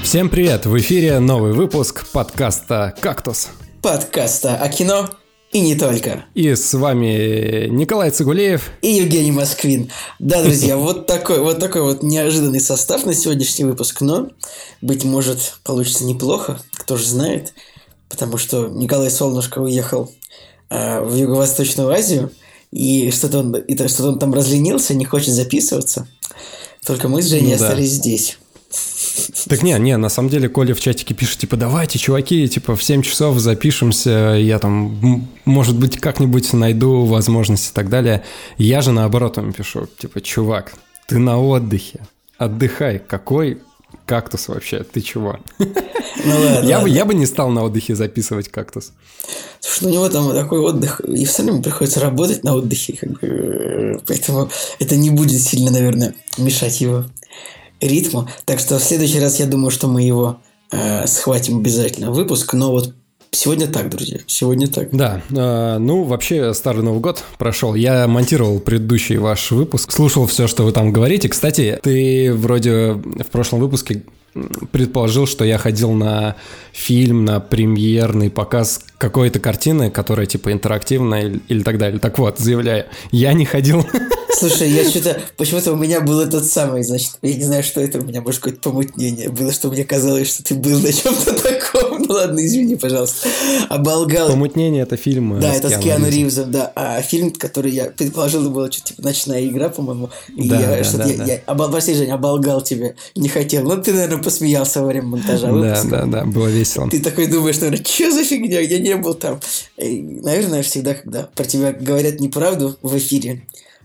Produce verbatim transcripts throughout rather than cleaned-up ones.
Всем привет! В эфире новый выпуск подкаста «Кактус». Подкаста о кино и не только. И с вами Николай Цигулеев и Евгений Москвин. Да, друзья, вот такой, вот такой вот неожиданный состав на сегодняшний выпуск, но, быть может, получится неплохо, кто же знает, потому что Николай Солнышко уехал э, в Юго-Восточную Азию, и что-то он, и то, что-то он там разленился, не хочет записываться. Только мы с Женей ну, да. остались здесь. Так не, не, на самом деле Коля в чатике пишет, типа, давайте, чуваки, типа, в семь часов запишемся, я там, может быть, как-нибудь найду возможность и так далее. Я же наоборот ему пишу, типа, чувак, ты на отдыхе, отдыхай, какой кактус вообще, ты чего? Ну, ладно, я, ладно. Бы, я бы не стал на отдыхе записывать кактус. Слушай, ну у него там такой отдых, и все равно приходится работать на отдыхе, как бы, поэтому это не будет сильно, наверное, мешать его ритму. Так что в следующий раз я думаю, что мы его э, схватим обязательно выпуск. Но вот сегодня так, друзья. Сегодня так. Да. Э, ну, вообще, Старый Новый год прошел. Я монтировал предыдущий ваш выпуск. Слушал все, что вы там говорите. Кстати, ты вроде в прошлом выпуске предположил, что я ходил на фильм, на премьерный показ какой-то картины, которая типа интерактивная или, или так далее. Так вот, заявляю, я не ходил. Слушай, я что-то... Почему-то у меня был этот самый, значит, я не знаю, что это, у меня, может, какое-то помутнение было, что мне казалось, что ты был на чем-то таком. Ну ладно, извини, пожалуйста. Оболгал. Помутнение — это фильм Да, с это с Киану Ривзом, да. А фильм, который я предположил, был что-то типа «Ночная игра», по-моему. И да, я, да, что-то да, я, да. я обол... Прости, Жень, оболгал тебя. Не хотел. Ну, ты, наверное, посмеялся во время монтажа выпуска. Да, да, да, было весело. Ты такой думаешь, наверное, что за фигня, я не был там. И, наверное, всегда, когда про тебя говорят неправду в эфире,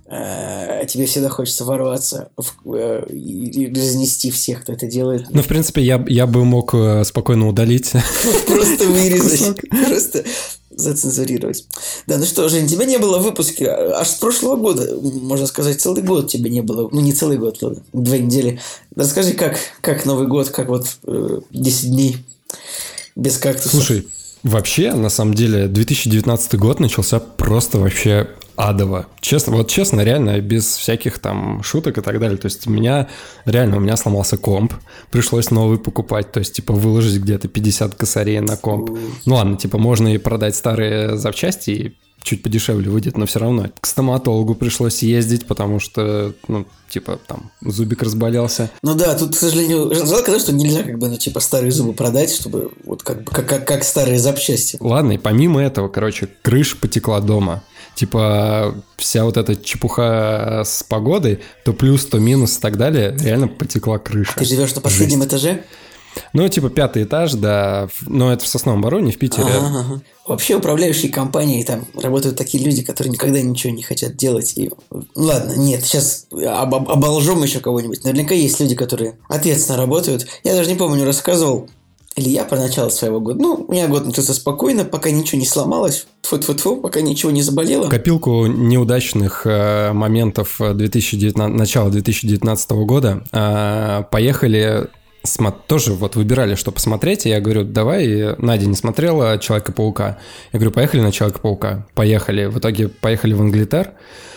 а тебе всегда хочется ворваться в, и разнести всех, кто это делает. Ну, в принципе, я, я бы мог спокойно удалить. Просто вырезать. Просто зацензурировать. Да, ну что, Жень, тебя не было в выпуске аж с прошлого года. Можно сказать, целый год тебя не было. Ну, не целый год, ладно, две недели. Расскажи, как, как Новый год, как вот десять дней без кактуса. Слушай, вообще, на самом деле, две тысячи девятнадцатый год начался просто вообще адово. Честно, вот честно, реально, без всяких там шуток и так далее. То есть у меня, реально, у меня сломался комп, пришлось новый покупать, то есть, типа, выложить где-то пятьдесят косарей на комп. Ну ладно, типа, можно и продать старые запчасти, и чуть подешевле выйдет, но все равно. К стоматологу пришлось ездить, потому что, ну, типа, там, зубик разболелся. Ну да, тут, к сожалению, жалко, да, что нельзя, как бы, ну, типа, старые зубы продать, чтобы, вот, как бы, как, как, как старые запчасти. Ладно, и помимо этого, короче, крыша потекла дома. Типа, вся вот эта чепуха с погодой, то плюс, то минус и так далее, реально потекла крыша. Ты живешь на последнем Жесть. этаже? Ну, типа, пятый этаж, да, но это в Сосновом Бору, не в Питере. Ага, ага. Вообще, управляющие компании, там работают такие люди, которые никогда ничего не хотят делать. И... Ладно, нет, сейчас об- об- оболжем еще кого-нибудь. Наверняка есть люди, которые ответственно работают. Я даже не помню, рассказывал, или я про начало своего года. Ну, у меня год начался спокойно, пока ничего не сломалось. Тьфу-тьфу-тьфу, пока ничего не заболело. Копилку неудачных э, моментов две тысячи девятнадцатого, начала две тысячи девятнадцатого года э, поехали... Смо- тоже вот выбирали, что посмотреть, и я говорю, давай, Надя не смотрела «Человека-паука». Я говорю, поехали на «Человека-паука». Поехали. В итоге поехали в Англитер,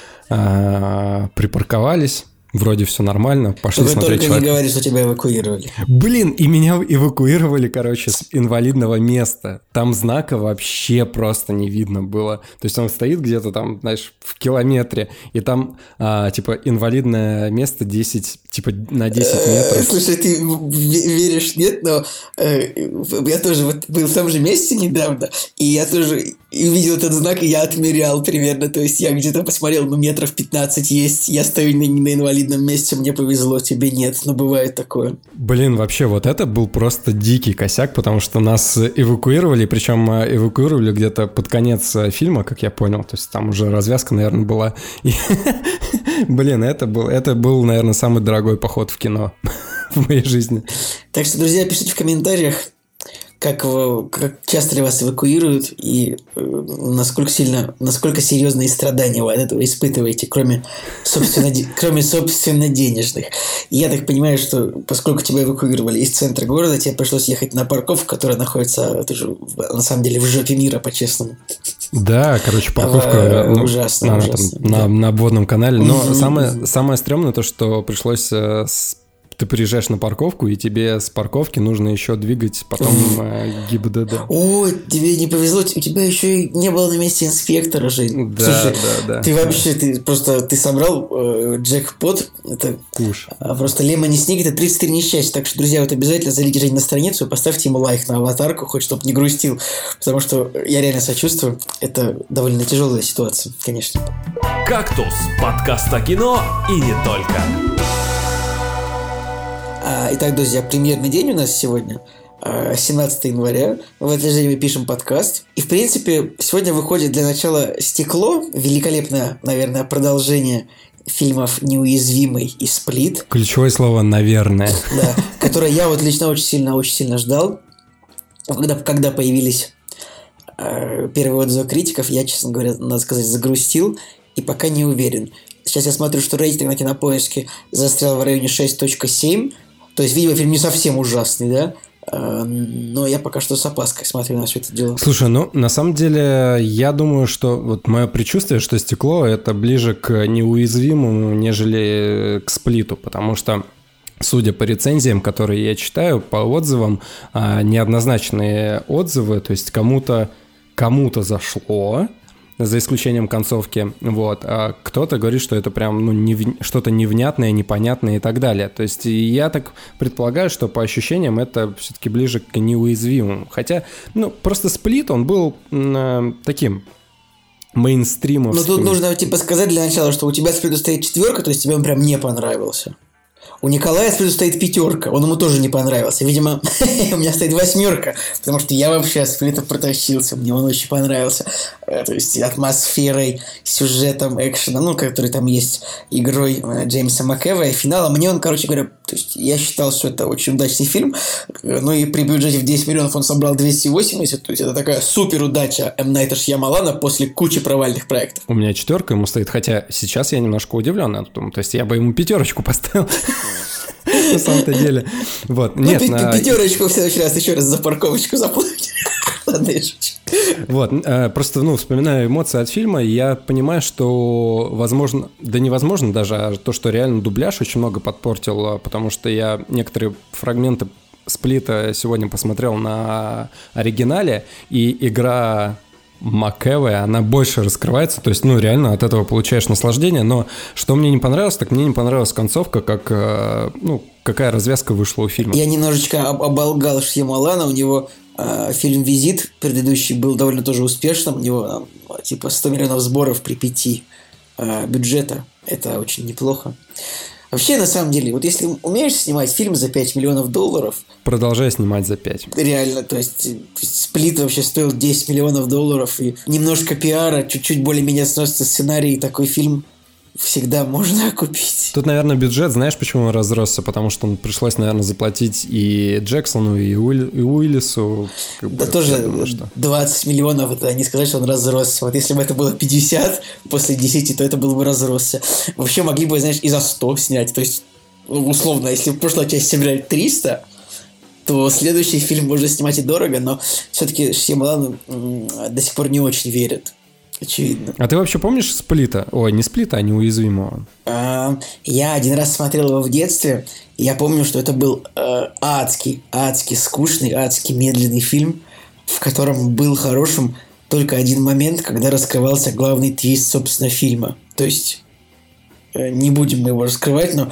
э- припарковались, вроде все нормально, пошли Только смотреть только человек... не говори, что тебя эвакуировали. Блин, и меня эвакуировали, короче, с инвалидного места. Там знака вообще просто не видно было. То есть он стоит где-то там, знаешь, в километре, и там, а, типа, инвалидное место десять, типа, на десять метров. Слушай, ты веришь, нет, но э, я тоже вот был в том же месте недавно, и я тоже увидел этот знак, и я отмерял примерно. То есть я где-то посмотрел, ну, метров пятнадцать есть, я стою на, на инвалидном месте, мне повезло, тебе нет, но бывает такое. Блин, вообще вот это был просто дикий косяк, потому что нас эвакуировали, причем эвакуировали где-то под конец фильма, как я понял, то есть там уже развязка, наверное, была. И, блин, это был, это был, наверное, самый дорогой поход в кино в моей жизни. Так что, друзья, пишите в комментариях, как, как часто ли вас эвакуируют и э, насколько сильно, насколько серьезные страдания вы от этого испытываете, кроме, собственно, де, кроме собственно денежных. И я так понимаю, что поскольку тебя эвакуировали из центра города, тебе пришлось ехать на парковку, которая находится тоже, на самом деле, в жопе мира, по-честному. Да, короче, парковка ну, ужасно, на, ужасно, там, да. на, на обводном канале. Но mm-hmm. самое, самое стрёмное то, что пришлось с ты приезжаешь на парковку, и тебе с парковки нужно еще двигать потом э, ГИБДД. Ой, тебе не повезло, у тебя еще и не было на месте инспектора, Жень. Да, Слушай, да, да. Ты вообще, ты просто, ты собрал э, джекпот, это Куш. А просто Лемони Сникет — это тридцать три несчастья. Так что, друзья, вот обязательно зайдите, Жень, на страницу и поставьте ему лайк на аватарку, хоть чтобы не грустил. Потому что я реально сочувствую. Это довольно тяжелая ситуация, конечно. «Кактус» – подкаст о кино и не только. А, итак, друзья, премьерный день у нас сегодня, семнадцатого января. В этот день мы пишем подкаст. И, в принципе, сегодня выходит для начала «Стекло». Великолепное, наверное, продолжение фильмов «Неуязвимый» и «Сплит». Ключевое слово «наверное». Да, которое я вот лично очень сильно, очень сильно ждал. Когда, когда появились э, первые отзывы критиков, я, честно говоря, надо сказать, загрустил и пока не уверен. Сейчас я смотрю, что рейтинг на Кинопоиске застрял в районе шесть целых семь. То есть, видимо, фильм не совсем ужасный, да? Но я пока что с опаской смотрю на все это дело. Слушай, ну, на самом деле, я думаю, что вот мое предчувствие, что «Стекло» — это ближе к «Неуязвимому», нежели к «Сплиту», потому что, судя по рецензиям, которые я читаю, по отзывам, неоднозначные отзывы, то есть кому-то, кому-то зашло, за исключением концовки, вот, а кто-то говорит, что это прям, ну, не, что-то невнятное, непонятное и так далее. То есть я так предполагаю, что по ощущениям это все-таки ближе к «Неуязвимому». Хотя, ну, просто «Сплит», он был э, таким мейнстримовским. Ну, тут нужно, типа, сказать для начала, что у тебя «Сплиту» стоит четверка, то есть тебе он прям не понравился. У Николая «Сплиту» стоит пятерка, он ему тоже не понравился. Видимо, у меня стоит восьмерка, потому что я вообще «Сплиту» протащился, мне он очень понравился. То есть атмосферой, сюжетом, экшеном, ну, который там есть, игрой Джеймса Макэвоя, финалом. Мне он, короче говоря, то есть я считал, что это очень удачный фильм, ну и при бюджете в десять миллионов он собрал двести восемьдесят, то есть это такая супер удача М. Найта Шьямалана после кучи провальных проектов. У меня четверка ему стоит, хотя сейчас я немножко удивлен этому, то есть я бы ему пятерочку поставил. На самом-то деле. Вот. Нет, ну, на... пятерочку в следующий раз еще раз за парковочку заплатить. Ладно, я шучу. Вот, просто, ну, вспоминаю эмоции от фильма, я понимаю, что, возможно, да невозможно даже, а то, что реально дубляж очень много подпортил, потому что я некоторые фрагменты «Сплита» сегодня посмотрел на оригинале, и игра Макэвоя, она больше раскрывается, то есть, ну, реально от этого получаешь наслаждение, но что мне не понравилось, так мне не понравилась концовка, как, ну, какая развязка вышла у фильма. Я немножечко об- оболгал Шьямалана, у него э, фильм «Визит» предыдущий был довольно тоже успешным, у него э, типа сто миллионов сборов при пяти э, бюджета, это очень неплохо. Вообще, на самом деле, вот если умеешь снимать фильм за пять миллионов долларов... Продолжай снимать за пять. Реально, то есть «Сплит» вообще стоил десять миллионов долларов, и немножко пиара, чуть-чуть более-менее сносится сценарий, и такой фильм всегда можно купить. Тут, наверное, бюджет, знаешь, почему он разросся? Потому что он пришлось, наверное, заплатить и Джексону, и, Уиль, и Уиллису. Как да бы, тоже думаю, что... двадцать миллионов, это не сказать, что он разросся. Вот если бы это было пятьдесят после десяти, то это было бы разросся. Вообще могли бы, знаешь, и за сто снять. То есть, условно, если в прошлой части собирали триста, то следующий фильм можно снимать и дорого, но все-таки Шьямалан до сих пор не очень верит. Очевидно. А ты вообще помнишь «Сплита»? Ой, не «Сплита», а «Неуязвимого». А, я один раз смотрел его в детстве, и я помню, что это был э, адский, адский скучный, адский медленный фильм, в котором был хорошим только один момент, когда раскрывался главный твист, собственно, фильма. То есть, э, не будем мы его раскрывать, но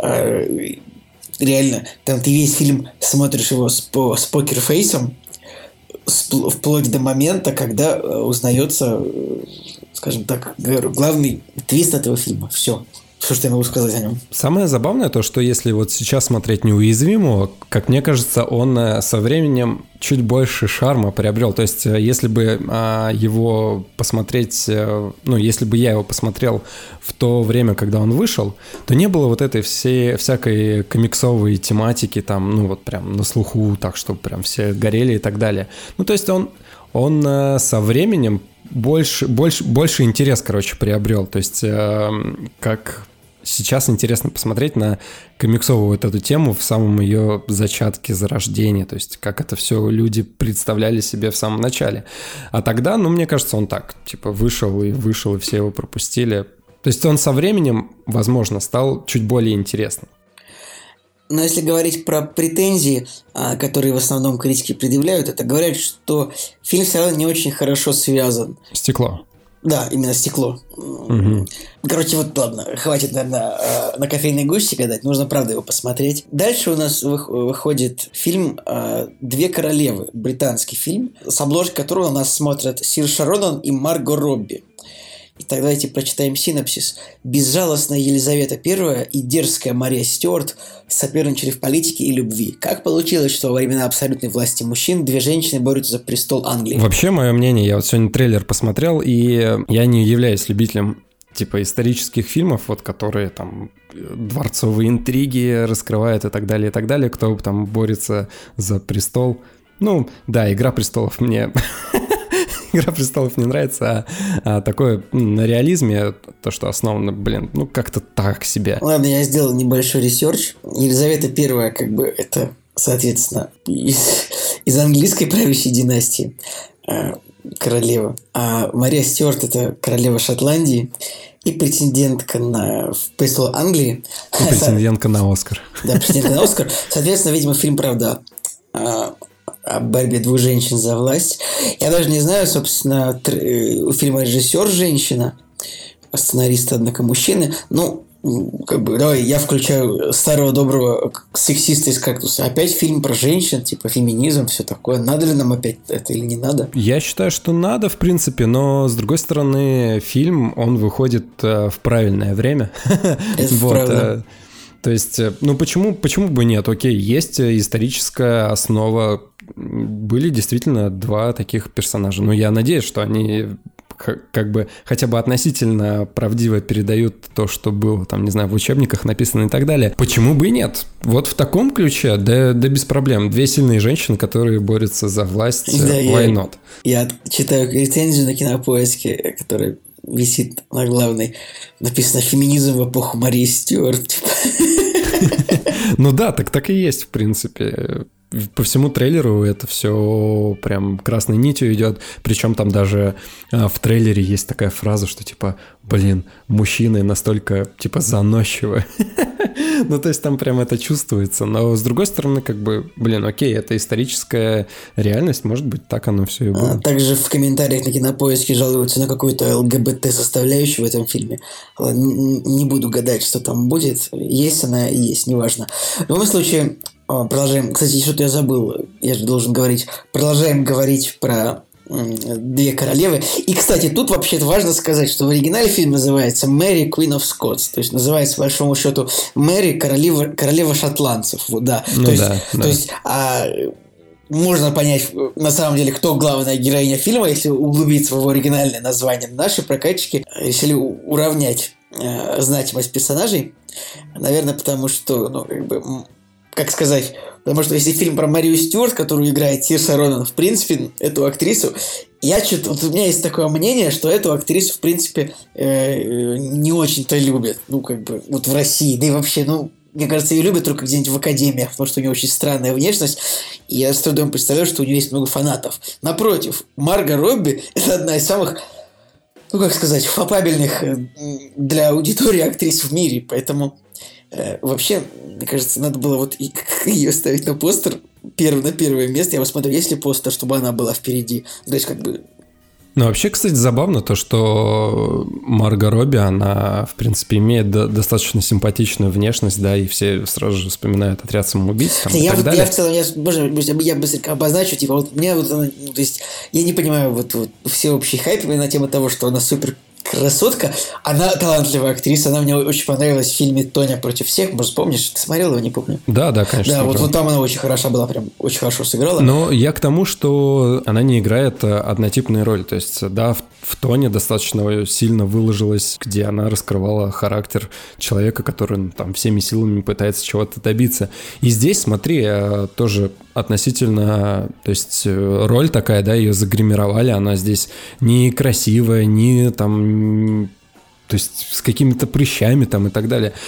э, реально, там ты весь фильм смотришь его с, по, с покерфейсом, вплоть до момента, когда узнается, скажем так, главный твист этого фильма. Все. Все, что я могу сказать о нем. Самое забавное то, что если вот сейчас смотреть «Неуязвимого», как мне кажется, он со временем чуть больше шарма приобрел. То есть, если бы а, его посмотреть, ну, если бы я его посмотрел в то время, когда он вышел, то не было вот этой всей всякой комиксовой тематики, там, ну, вот прям на слуху, так, чтобы прям все горели и так далее. Ну, то есть, он, он а, со временем больше, больше, больше интерес, короче, приобрел. То есть, а, как... Сейчас интересно посмотреть на комиксовую вот эту тему в самом ее зачатке, зарождении, то есть как это все люди представляли себе в самом начале. А тогда, ну, мне кажется, он так, типа, вышел и вышел, и все его пропустили. То есть он со временем, возможно, стал чуть более интересным. Но если говорить про претензии, которые в основном критики предъявляют, это говорят, что фильм все равно не очень хорошо связан. «Стекло». Да, именно «Стекло». Угу. Короче, вот ладно, хватит, наверное, на кофейной гуще гадать, нужно, правда, его посмотреть. Дальше у нас выходит фильм «Две королевы», британский фильм, с обложкой которого у нас смотрят Сирша Ронан и Марго Робби. Итак, давайте прочитаем синопсис. Безжалостная Елизавета Первая и дерзкая Мария Стюарт соперничали в политике и любви. Как получилось, что во времена абсолютной власти мужчин две женщины борются за престол Англии? Вообще, мое мнение, я вот сегодня трейлер посмотрел, и я не являюсь любителем типа исторических фильмов, вот которые там дворцовые интриги раскрывают и так далее, и так далее, кто там борется за престол. Ну, да, «Игра престолов» мне... «Игра престолов» не нравится, а, а такое на реализме, то, что основано, блин, ну как-то так себе. Ладно, я сделал небольшой ресерч. Елизавета Первая, как бы, это, соответственно, из, из английской правящей династии э, королева. А Мария Стюарт – это королева Шотландии и претендентка на престол Англии. И претендентка на Оскар. Да, претендентка на Оскар. Соответственно, видимо, фильм, правда, о борьбе двух женщин за власть. Я даже не знаю, собственно, у фильма режиссер женщина, а сценарист, однако, мужчины. Ну, как бы, давай, я включаю старого доброго сексиста из «Кактуса». Опять фильм про женщин, типа феминизм, все такое. Надо ли нам опять это или не надо? Я считаю, что надо, в принципе, но, с другой стороны, фильм, он выходит в правильное время. Это правда. То есть, ну почему, почему бы нет? Окей, есть историческая основа. Были действительно два таких персонажа. Но я надеюсь, что они как бы хотя бы относительно правдиво передают то, что было там, не знаю, в учебниках написано и так далее. Почему бы и нет? Вот в таком ключе, да, да без проблем. Две сильные женщины, которые борются за власть, да, why я, not? Я читаю рецензию на Кинопоиске, которая висит на главной. Написано «Феминизм в эпоху Марии Стюарт». Ну да, так так и есть, в принципе. По всему трейлеру это все прям красной нитью идет. Причем там даже а, в трейлере есть такая фраза, что типа, блин, мужчины настолько типа заносчивы. Ну, то есть там прям это чувствуется. Но с другой стороны, как бы, блин, окей, это историческая реальность, может быть, так оно все и было. А также в комментариях на Кинопоиске жалуются на какую-то ЛГБТ-составляющую в этом фильме. Ладно, не буду гадать, что там будет. Есть она и есть, неважно. В любом случае, продолжаем. Кстати, что-то я забыл, я же должен говорить. Продолжаем говорить про «Две королевы». И, кстати, тут вообще-то важно сказать, что в оригинале фильм называется «Мэри, Queen of Scots». То есть, называется, по большому счету, «Мэри, королева, королева шотландцев». Вот, да. Ну, то, да, есть, да. то есть, а, можно понять, на самом деле, кто главная героиня фильма, если углубиться в его оригинальное название. Наши прокатчики решили уравнять э, значимость персонажей. Наверное, потому что, ну, как бы... Как сказать? Потому что если фильм про Марию Стюарт, которую играет Сирса Ронан, в принципе, эту актрису, я что-то... Вот у меня есть такое мнение, что эту актрису, в принципе, э, не очень-то любят. Ну, как бы, вот в России. Да и вообще, ну, мне кажется, ее любят только где-нибудь в академиях, потому что у нее очень странная внешность. И я с трудом представляю, что у нее есть много фанатов. Напротив, Марго Робби – это одна из самых, ну, как сказать, фапабельных для аудитории актрис в мире. Поэтому... Вообще, мне кажется, надо было вот ее ставить на постер перв, на первое место. Я посмотрю, есть ли постер, чтобы она была впереди. То есть, как бы... Ну, вообще, кстати, забавно то, что Марго Робби, она, в принципе, имеет до- достаточно симпатичную внешность, да, и все сразу же вспоминают «Отряд самоубийц» там, и я, так вот, далее. Я в целом, я, можно, я быстренько обозначу, типа, вот мне вот, ну, то есть, я не понимаю вот, вот всеобщий хайп на тему того, что она супер красотка, она талантливая актриса, она мне очень понравилась в фильме «Тоня против всех». Может, помнишь? Ты смотрел его, не помню. Да, да, конечно. Да, вот, вот там она очень хороша была, прям очень хорошо сыграла. Но я к тому, что она не играет однотипную роль. То есть, да, в, в «Тоне» достаточно сильно выложилась, где она раскрывала характер человека, который там всеми силами пытается чего-то добиться. И здесь, смотри, тоже относительно, то есть роль такая, да, ее загримировали, она здесь не красивая, не там, то есть с какими-то прыщами там и так далее.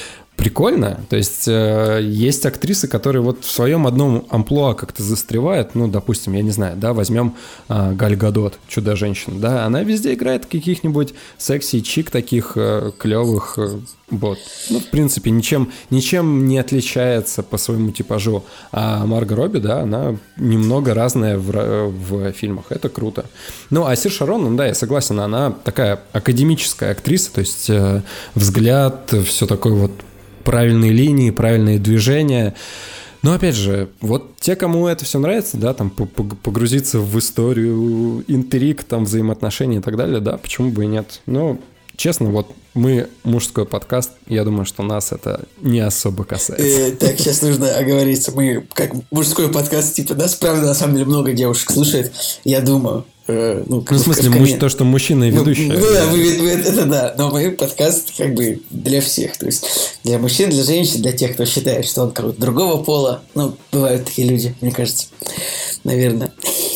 прикольно. То есть э, есть актрисы, которые вот в своем одном амплуа как-то застревают. Ну, допустим, я не знаю, да, возьмем э, Галь Гадот, Чудо-женщина, да, она везде играет каких-нибудь секси-чик таких э, клевых, э, вот. Ну, в принципе, ничем, ничем не отличается по своему типажу. А Марго Робби, да, она немного разная в, в фильмах. Это круто. Ну, а Сир Шарон, ну, да, я согласен, она такая академическая актриса, то есть э, взгляд, все такое вот правильные линии, правильные движения. Но, опять же, вот те, кому это все нравится, да, там погрузиться в историю, интриг, там, взаимоотношений и так далее, да, почему бы и нет. Но, честно, вот мы мужской подкаст, я думаю, что нас это не особо касается. Э, так, сейчас нужно оговориться. Мы, как мужской подкаст, типа, нас, правда, на самом деле много девушек слушает, я думаю. Э, ну, ну, в смысле, в муж, то, что мужчина и ведущий. Ну, ну да, вы, вы, это да. Но мой подкаст как бы для всех. То есть для мужчин, для женщин, для тех, кто считает, что он кого-то другого пола. Ну, бывают такие люди, мне кажется. Наверное.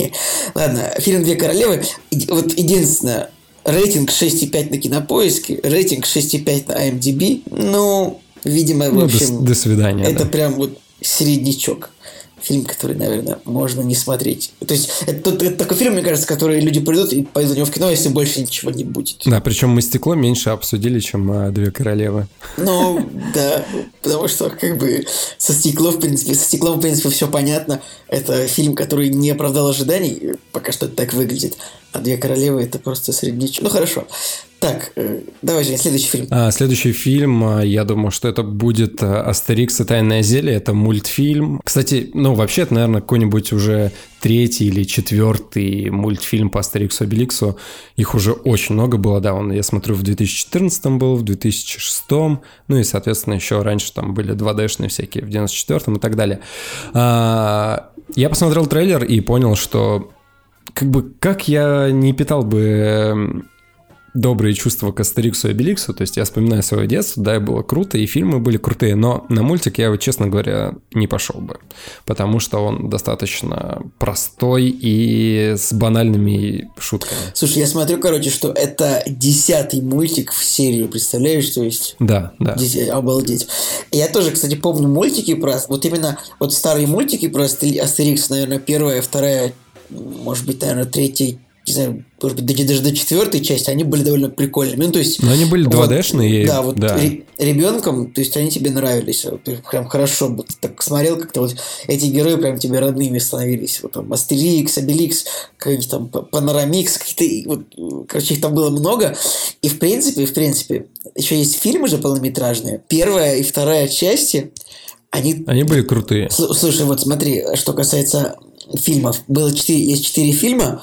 Ладно, фильм «Две королевы». Вот единственное, рейтинг шесть и пять на Кинопоиске, рейтинг шесть и пять на ай эм ди би. Ну, видимо, ну, в общем... До, до свидания. Это да. прям вот среднячок. Фильм, который, наверное, можно не смотреть. То есть, это, это такой фильм, мне кажется, который люди придут и пойдут на него в кино, если больше ничего не будет. Да, причем мы «Стекло» меньше обсудили, чем а, «Две королевы». Ну, да, потому что, как бы, со «Стеклом», в принципе, со «Стеклом», в принципе, все понятно. Это фильм, который не оправдал ожиданий, пока что это так выглядит. А «Две королевы» — это просто среднячок. Ну, хорошо. Так, э, давай, Жень, следующий фильм. А, следующий фильм, я думаю, что это будет «Астерикс и тайное зелье». Это мультфильм. Кстати, ну, вообще, это, наверное, какой-нибудь уже третий или четвертый мультфильм по Астериксу и Обеликсу. Их уже очень много было, да. Он, я смотрю, в две тысячи четырнадцатом был, в две тысячи шестом. Ну и, соответственно, еще раньше там были два дэ-шные всякие в девяносто четвёртом и так далее. А, я посмотрел трейлер и понял, что как бы как я не питал бы добрые чувства к Астериксу и Обеликсу, то есть я вспоминаю свое детство, да, и было круто, и фильмы были крутые, но на мультик я, честно говоря, не пошел бы, потому что он достаточно простой и с банальными шутками. Слушай, я смотрю, короче, что это десятый мультик в серии, представляешь, то есть... Да, да. Десять, обалдеть. Я тоже, кстати, помню мультики про... Вот именно вот старые мультики про Астерикс, наверное, первая, вторая, может быть, наверное, третья, не знаю, может быть, даже до четвертой части, они были довольно прикольными. Ну, то есть... Но они были два дэ-шные. Вот, да, вот да. Ре- ребенком, то есть они тебе нравились. Прям хорошо. Вот так смотрел, как-то вот эти герои прям тебе родными становились. Вот там Астерикс, Обеликс, какие-то там Панорамикс, какие-то... Вот, короче, их там было много. И в принципе, в принципе, еще есть фильмы же полнометражные. Первая и вторая части, они... Они были крутые. Слушай, вот смотри, что касается фильмов. Было четыре, есть четыре фильма.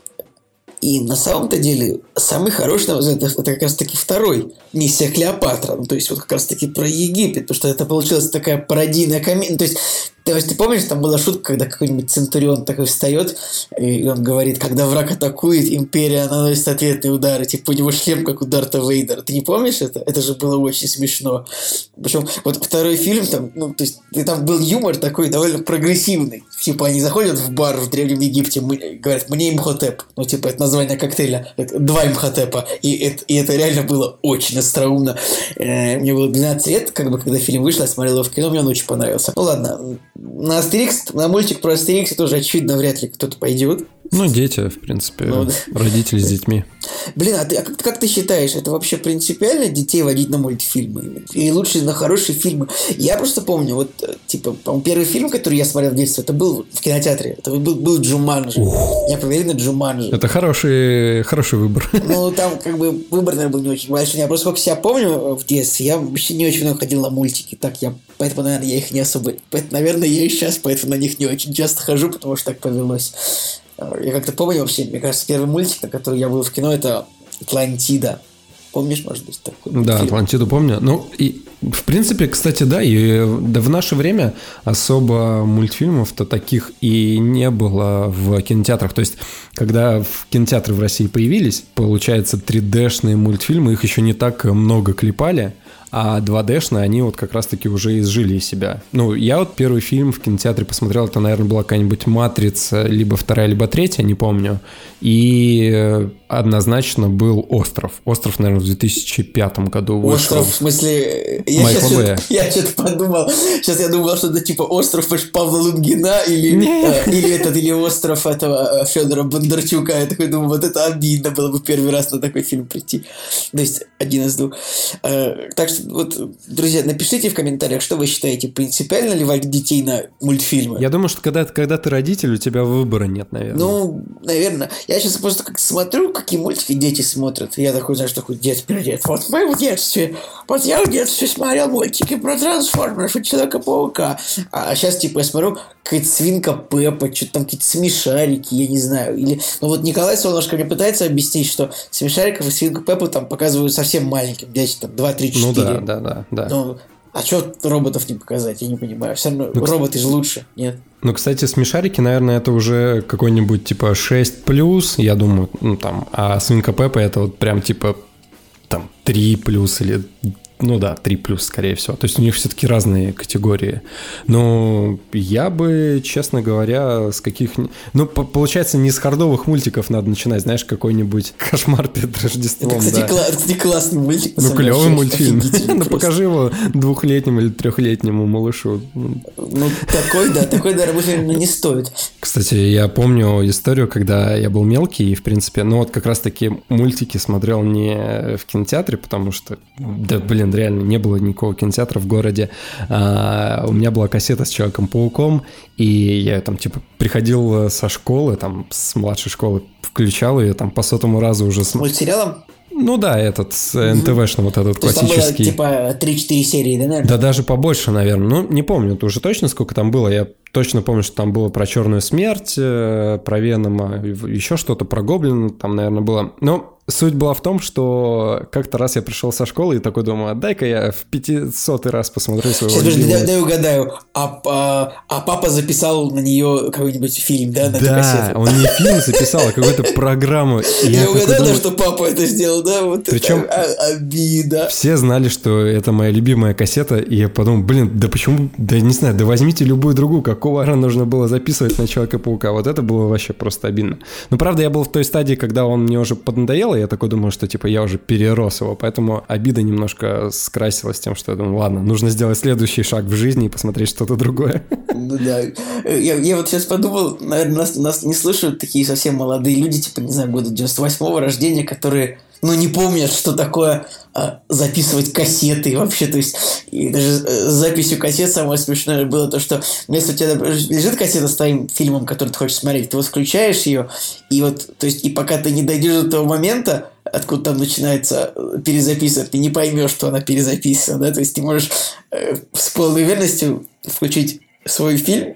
И на самом-то деле самый хороший, это, это как раз-таки второй. «Миссия Клеопатра». Ну, то есть, вот как раз-таки про Египет. Потому что это получилась такая пародийная комедия. Ну, то есть, ты, ты помнишь, там была шутка, когда какой-нибудь центурион такой встает, и он говорит, когда враг атакует, империя наносит ответные удары. Типа, у него шлем, как у Дарта Вейдера. Ты не помнишь это? Это же было очень смешно. Причем, вот второй фильм, там, ну, то есть, там был юмор такой довольно прогрессивный. Типа, они заходят в бар в Древнем Египте, мы, говорят, мне Имхотеп. Ну, типа, это название коктейля. Это два Имхотепа. И это, и это реально было очень остроумно. Э, мне было двенадцать лет, как бы, когда фильм вышел, я смотрел его в кино, мне он очень понравился. Ну, ладно. На Астерикс, на мультик про Астерикс тоже, очевидно, вряд ли кто-то пойдет. Ну, дети, в принципе, ну, да. Родители с детьми. Блин, а, ты, а как, как ты считаешь, это вообще принципиально детей водить на мультфильмы? Или лучше на хорошие фильмы? Я просто помню, вот, типа, по-моему, первый фильм, который я смотрел в детстве, это был в кинотеатре. Это был, был Джуманджи. Ух. Я поверил на Джуманджи. Это хороший, хороший выбор. Ну, там, как бы, выбор, наверное, был не очень большой. Я просто, сколько себя помню в детстве, я вообще не очень много ходил на мультики. Так, я, поэтому, наверное, я их не особо... Поэтому, наверное, я и сейчас поэтому на них не очень часто хожу, потому что так повелось. Я как-то помню вообще, мне кажется, первый мультик, на который я был в кино, это «Атлантида». Помнишь, может быть, такой мультфильм? Да, «Атлантиду» помню. Ну, и, в принципе, кстати, да, и да, в наше время особо мультфильмов-то таких и не было в кинотеатрах. То есть, когда в кинотеатры в России появились, получается, три дэ-шные мультфильмы, их еще не так много клепали. а два дэ-шные, они вот как раз-таки уже изжили из себя. Ну, я вот первый фильм в кинотеатре посмотрел, это, наверное, была какая-нибудь «Матрица», либо вторая, либо третья, не помню, и однозначно был «Остров». «Остров», наверное, в две тысячи пятом году вышел. «Остров», в смысле, я Майкл сейчас Б. что-то, я что-то подумал, сейчас я думал, что это типа «Остров» Павла Лунгина или, э, или этот, или «Остров» этого Федора Бондарчука. Я такой думаю, вот это обидно было бы первый раз на такой фильм прийти. То есть один из двух. Э, так что вот, друзья, напишите в комментариях, что вы считаете, принципиально ли вводить детей на мультфильмы? Я думаю, что когда, когда ты родитель, у тебя выбора нет, наверное. Ну, наверное. Я сейчас просто как смотрю, какие мультики дети смотрят. Я такой, знаешь, такой дед перед. Вот в моем детстве, вот я в детстве смотрел мультики про трансформеров и Человека-паука. А сейчас, типа, я смотрю, какая-то свинка Пеппа, что-то там какие-то смешарики, я не знаю. Или, ну вот Николай Солнышко мне пытается объяснить, что смешариков и свинку Пеппу там показывают совсем маленьким, дети там два, три, четыре. Ну да, да, да, да. Ну, а что роботов не показать, я не понимаю. Все равно ну, роботы же лучше, нет? Ну, кстати, смешарики, наверное, это уже какой-нибудь типа шесть плюс, я думаю, ну там, а свинка Пеппа это вот прям типа там три плюс или... Ну да, три плюс, скорее всего. То есть у них все-таки разные категории. Но я бы, честно говоря, с каких... Ну, по- получается, не с хардовых мультиков надо начинать, знаешь, какой-нибудь «Кошмар перед Рождеством». Это, кстати, да. кла- кстати классный мультик. Ну, клевый мультфильм. Ну, просто. покажи его двухлетнему или трехлетнему малышу. Ну, такой, да, такой, да, мультфильм не стоит. Кстати, я помню историю, когда я был мелкий, и, в принципе, ну, вот как раз-таки мультики смотрел не в кинотеатре, потому что, да, блин, реально не было никакого кинотеатра в городе. А, у меня была кассета с Человеком-пауком, и я там, типа, приходил со школы, там, с младшей школы, включал ее, там, по сотому разу уже... С мультсериалом? Ну да, этот, эн тэ вэ-шный, вот этот То есть классический. там было, типа, три-четыре серии, да, наверное? Да даже побольше, наверное. Ну, не помню это уже точно, сколько там было. Я точно помню, что там было про Черную смерть, про Венома, еще что-то, про Гоблина там, наверное, было. Но суть была в том, что как-то раз я пришел со школы и такой думаю, а дай-ка я в пятисотый раз посмотрю своего Сейчас, подожди, любимого. дай, дай угадаю. А, а, а папа записал на нее какой-нибудь фильм, да, на эту Да, кассету? он не фильм записал, а какую-то программу. И Я, такой угадаю, думаю, что папа это сделал, да? Вот Причем- это а- обида. все знали, что это моя любимая кассета, и я подумал, блин, да почему, да не знаю, да возьмите любую другую, какого ара нужно было записывать на Человека-паука, вот это было вообще просто обидно. Но правда, я был в той стадии, когда он мне уже поднадоел, и я такой думаю, что типа я уже перерос его, поэтому обида немножко скрасилась тем, что я думаю, ладно, нужно сделать следующий шаг в жизни и посмотреть что-то другое. Ну да. Я, я вот сейчас подумал, наверное, нас, нас не слушают такие совсем молодые люди, типа, не знаю, года девяносто восьмого рождения, которые, ну, не помнят, что такое а, записывать кассеты вообще, то есть, и даже с записью кассет самое смешное было то, что если у тебя лежит кассета с твоим фильмом, который ты хочешь смотреть, ты вот включаешь ее, и вот, то есть, и пока ты не дойдешь до того момента, откуда там начинается перезаписывать, ты не поймешь, что она перезаписана, да, то есть, ты можешь э, с полной уверенностью включить свой фильм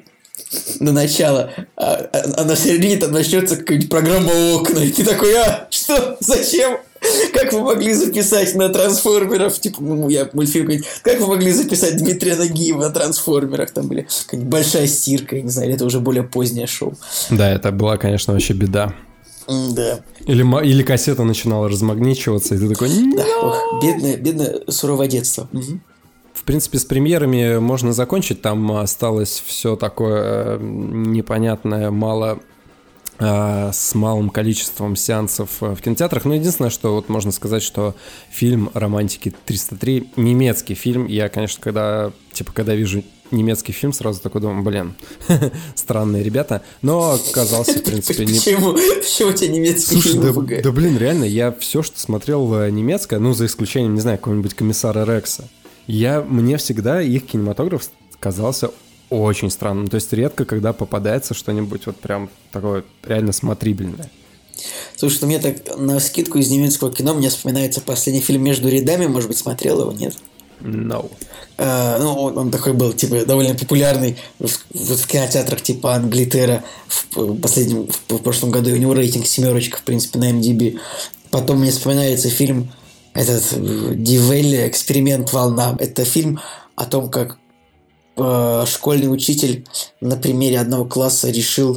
на начало, а, а, а на середине там начнется какая-нибудь программа «Окна», и ты такой, а, что, зачем? Как вы могли записать на трансформеров, типа, ну, я мультфильм какой-нибудь, как вы могли записать Дмитрия Нагиева на трансформерах, там были какая-нибудь большая стирка, я не знаю, или это уже более позднее шоу. Да, это была, конечно, вообще беда. Да. Или, ма- или кассета начинала размагничиваться, и ты такой... Да, ох, бедное, бедное суровое детство. Мгм. В принципе, с премьерами можно закончить. Там осталось все такое э, непонятное, мало э, с малым количеством сеансов э, в кинотеатрах. Но единственное, что вот можно сказать, что фильм «Романтики триста три» немецкий фильм. Я, конечно, когда типа когда вижу немецкий фильм, сразу такой думаю, блин, странные ребята. Но оказался, в принципе, не... Почему? Почему у тебя немецкий Слушай, фильм да, пугает? да блин, реально, я все, что смотрел э, немецкое, ну, за исключением, не знаю, какого-нибудь «Комиссара Рекса», я, мне всегда их кинематограф казался очень странным. То есть редко, когда попадается что-нибудь вот прям такое реально смотрибельное. Слушай, ну мне так на скидку из немецкого кино мне вспоминается последний фильм «Между рядами», может быть, смотрел его, нет? No. А, ну, он, он такой был, типа, довольно популярный в, в, в кинотеатрах типа Англитера в последнем, в, в прошлом году. У него рейтинг семерочка, в принципе, на эм ди би. Потом мне вспоминается фильм этот Дивелли «Эксперимент волна». Это фильм о том, как э, школьный учитель на примере одного класса решил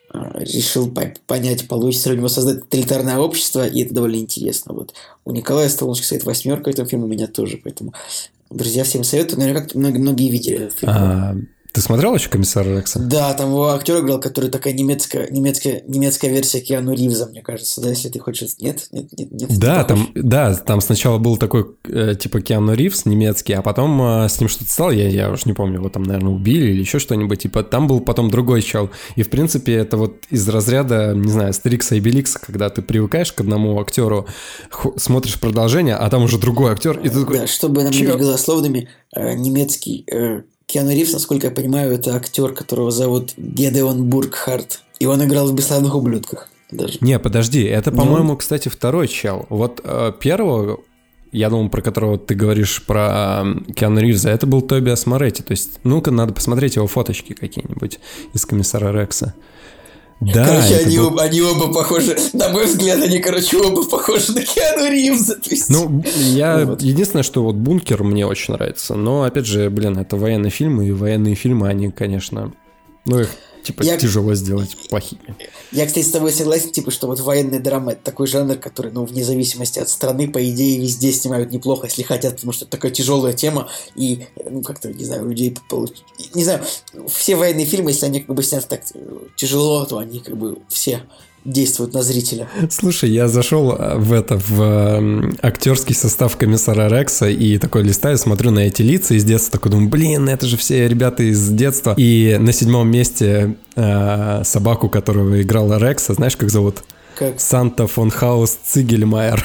решил понять, получится ли у него создать тоталитарное общество, и это довольно интересно. Вот. У Николая Столунских стоит восьмерка этого фильма, у меня тоже, поэтому, друзья, всем советую. Наверняка многие, многие видели этот фильм. А, ты смотрел еще «Комиссара Рекса»? Да, там его актер играл, который такая немецкая, немецкая, немецкая версия Киану Ривза, мне кажется, да, если ты хочешь... Нет? Нет, нет, нет. Да, там, да, там сначала был такой, э, типа, Киану Ривз немецкий, а потом э, с ним что-то стало, я, я уже не помню, его там, наверное, убили или еще что-нибудь, типа, там был потом другой чел. И, в принципе, это вот из разряда, не знаю, Астерикса и Беликса, когда ты привыкаешь к одному актеру, х- смотришь продолжение, а там уже другой актер, и ты такой... Да, чтобы нам не быть голословными, э, немецкий... Э... Киану Ривз, насколько я понимаю, это актер, которого зовут Гедеон Бургхарт. И он играл в «Бесславных ублюдках». Даже. Не, подожди, это, по-моему, кстати, второй чел. Вот э, первого, я думал, про которого ты говоришь, про э, Киану Ривза, это был Тобиас Моретти. То есть, ну-ка, надо посмотреть его фоточки какие-нибудь из «Комиссара Рекса». Да, короче, они, был... оба, они оба похожи, на мой взгляд, они, короче, оба похожи на Киану Ривза. То есть... Ну, я... Вот. Единственное, что вот «Бункер» мне очень нравится, но, опять же, блин, это военные фильмы, и военные фильмы, они, конечно, ну, их, типа, я... тяжело сделать плохими. Я, кстати, с тобой согласен, типа, что вот военная драма — это такой жанр, который, ну, вне зависимости от страны, по идее, везде снимают неплохо, если хотят, потому что это такая тяжелая тема, и, ну, как-то, не знаю, у людей получ... Не знаю, все военные фильмы, если они как бы сняты так тяжело, то они как бы все действуют на зрителя. Слушай, я зашел в это, в э, актерский состав «Комиссара Рекса» и такой листаю, смотрю на эти лица из детства, такой думаю, блин, это же все ребята из детства. И на седьмом месте э, собаку, которого играла Рекса, знаешь, как зовут? Как? Санта фон Хаус Цигельмайер.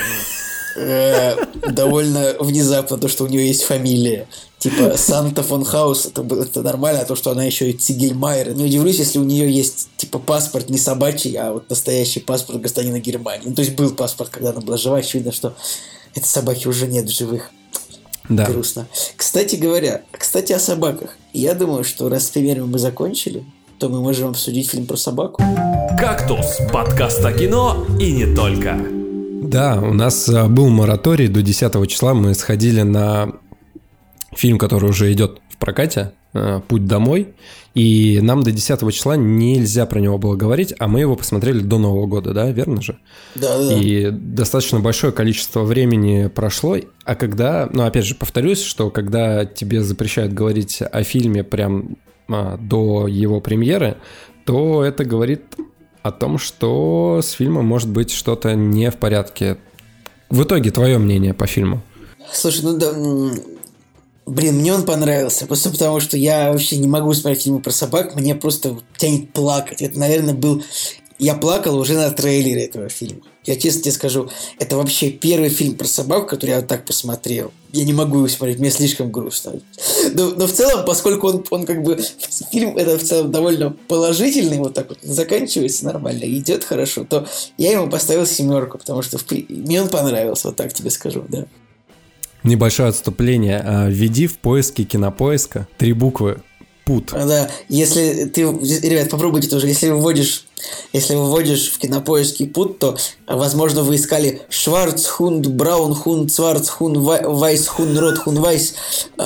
Довольно внезапно то, что у нее есть фамилия. Типа Санта фон Хаус, это, это нормально, а то, что она еще и Цигельмайер. Не удивлюсь, если у нее есть типа паспорт не собачий, а вот настоящий паспорт гражданина Германии. Ну, то есть был паспорт, когда она была жива, очевидно, что этой собаки уже нет в живых. Да. Грустно. Кстати говоря, кстати о собаках. Я думаю, что раз с примерами мы закончили, то мы можем обсудить фильм про собаку. «Кактус» – подкаст о кино и не только. Да, у нас был мораторий до десятого числа, мы сходили на фильм, который уже идет в прокате, «Путь домой», и нам до десятого числа нельзя про него было говорить, а мы его посмотрели до Нового года, да, верно же? Да, да. И достаточно большое количество времени прошло, а когда, ну, опять же, повторюсь, что когда тебе запрещают говорить о фильме прям а, до его премьеры, то это говорит о том, что с фильмом может быть что-то не в порядке. В итоге, твое мнение по фильму? Слушай, ну да... Блин, мне он понравился, просто потому что я вообще не могу смотреть фильмы про собак, мне просто тянет плакать. Это, наверное, был... Я плакал уже на трейлере этого фильма. Я честно тебе скажу, это вообще первый фильм про собак, который я вот так посмотрел. Я не могу его смотреть, мне слишком грустно. Но, но в целом, поскольку он, он как бы... Фильм это в целом довольно положительный, вот так вот заканчивается нормально, идет хорошо, то я ему поставил семерку, потому что в, мне он понравился, вот так тебе скажу, да. Небольшое отступление. Введи в поиске Кинопоиска три буквы «Пут». Да, если ты, ребят, попробуйте тоже, если вводишь, если вводишь в Кинопоиске «Пут», то, возможно, вы искали Шварцхунд, Браунхунд, Цварцхунд, Вайсхунд, Ротхунд, Вайс.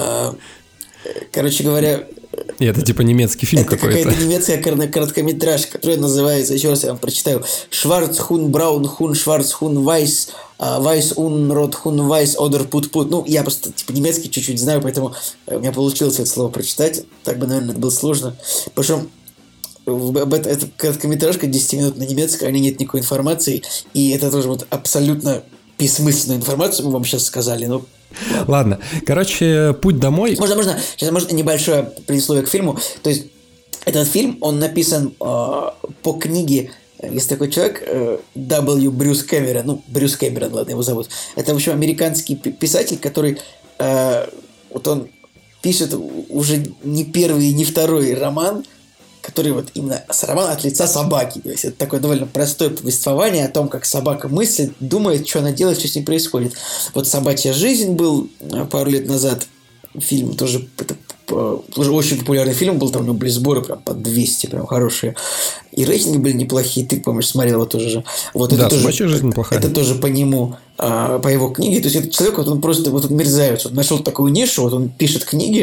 Короче говоря... И это типа немецкий фильм это какой-то. Это какая-то немецкая короткометражка, которая называется, еще раз я вам прочитаю, Шварцхун, Браунхун, Шварцхун, Вайс, Вайс ун, Ротхун, Вайс, Одер, Пут, Пут. Ну, я просто типа немецкий чуть-чуть знаю, поэтому у меня получилось это слово прочитать. Так бы, наверное, это было сложно. Причем эта короткометражка десять минут на немецком, о ней нет никакой информации, и это тоже вот абсолютно бессмысленную информацию мы вам сейчас сказали, но... Ладно, короче, «Путь домой». Можно, можно, сейчас можно небольшое предисловие к фильму. То есть этот фильм, он написан э, по книге, есть такой человек, э, дабл ю. Брюс Кэмерон, ну, Брюс Кэмерон, ладно, его зовут. Это, в общем, американский писатель, который, э, вот он пишет уже не первый и не второй роман, который вот именно роман от лица собаки. То есть это такое довольно простое повествование о том, как собака мыслит, думает, что она делает, что с ней происходит. Вот «Собачья жизнь» был пару лет назад. Фильм тоже, это, тоже очень популярный фильм был, там у него были сборы прям по двести, прям хорошие. И рейтинги были неплохие, ты, помнишь, смотрел его тоже же. Вот да, это «Собачья тоже, жизнь» неплохая. Это тоже по нему, по его книге. То есть этот человек, вот он просто вот он мерзавец, он нашел такую нишу, вот он пишет книги,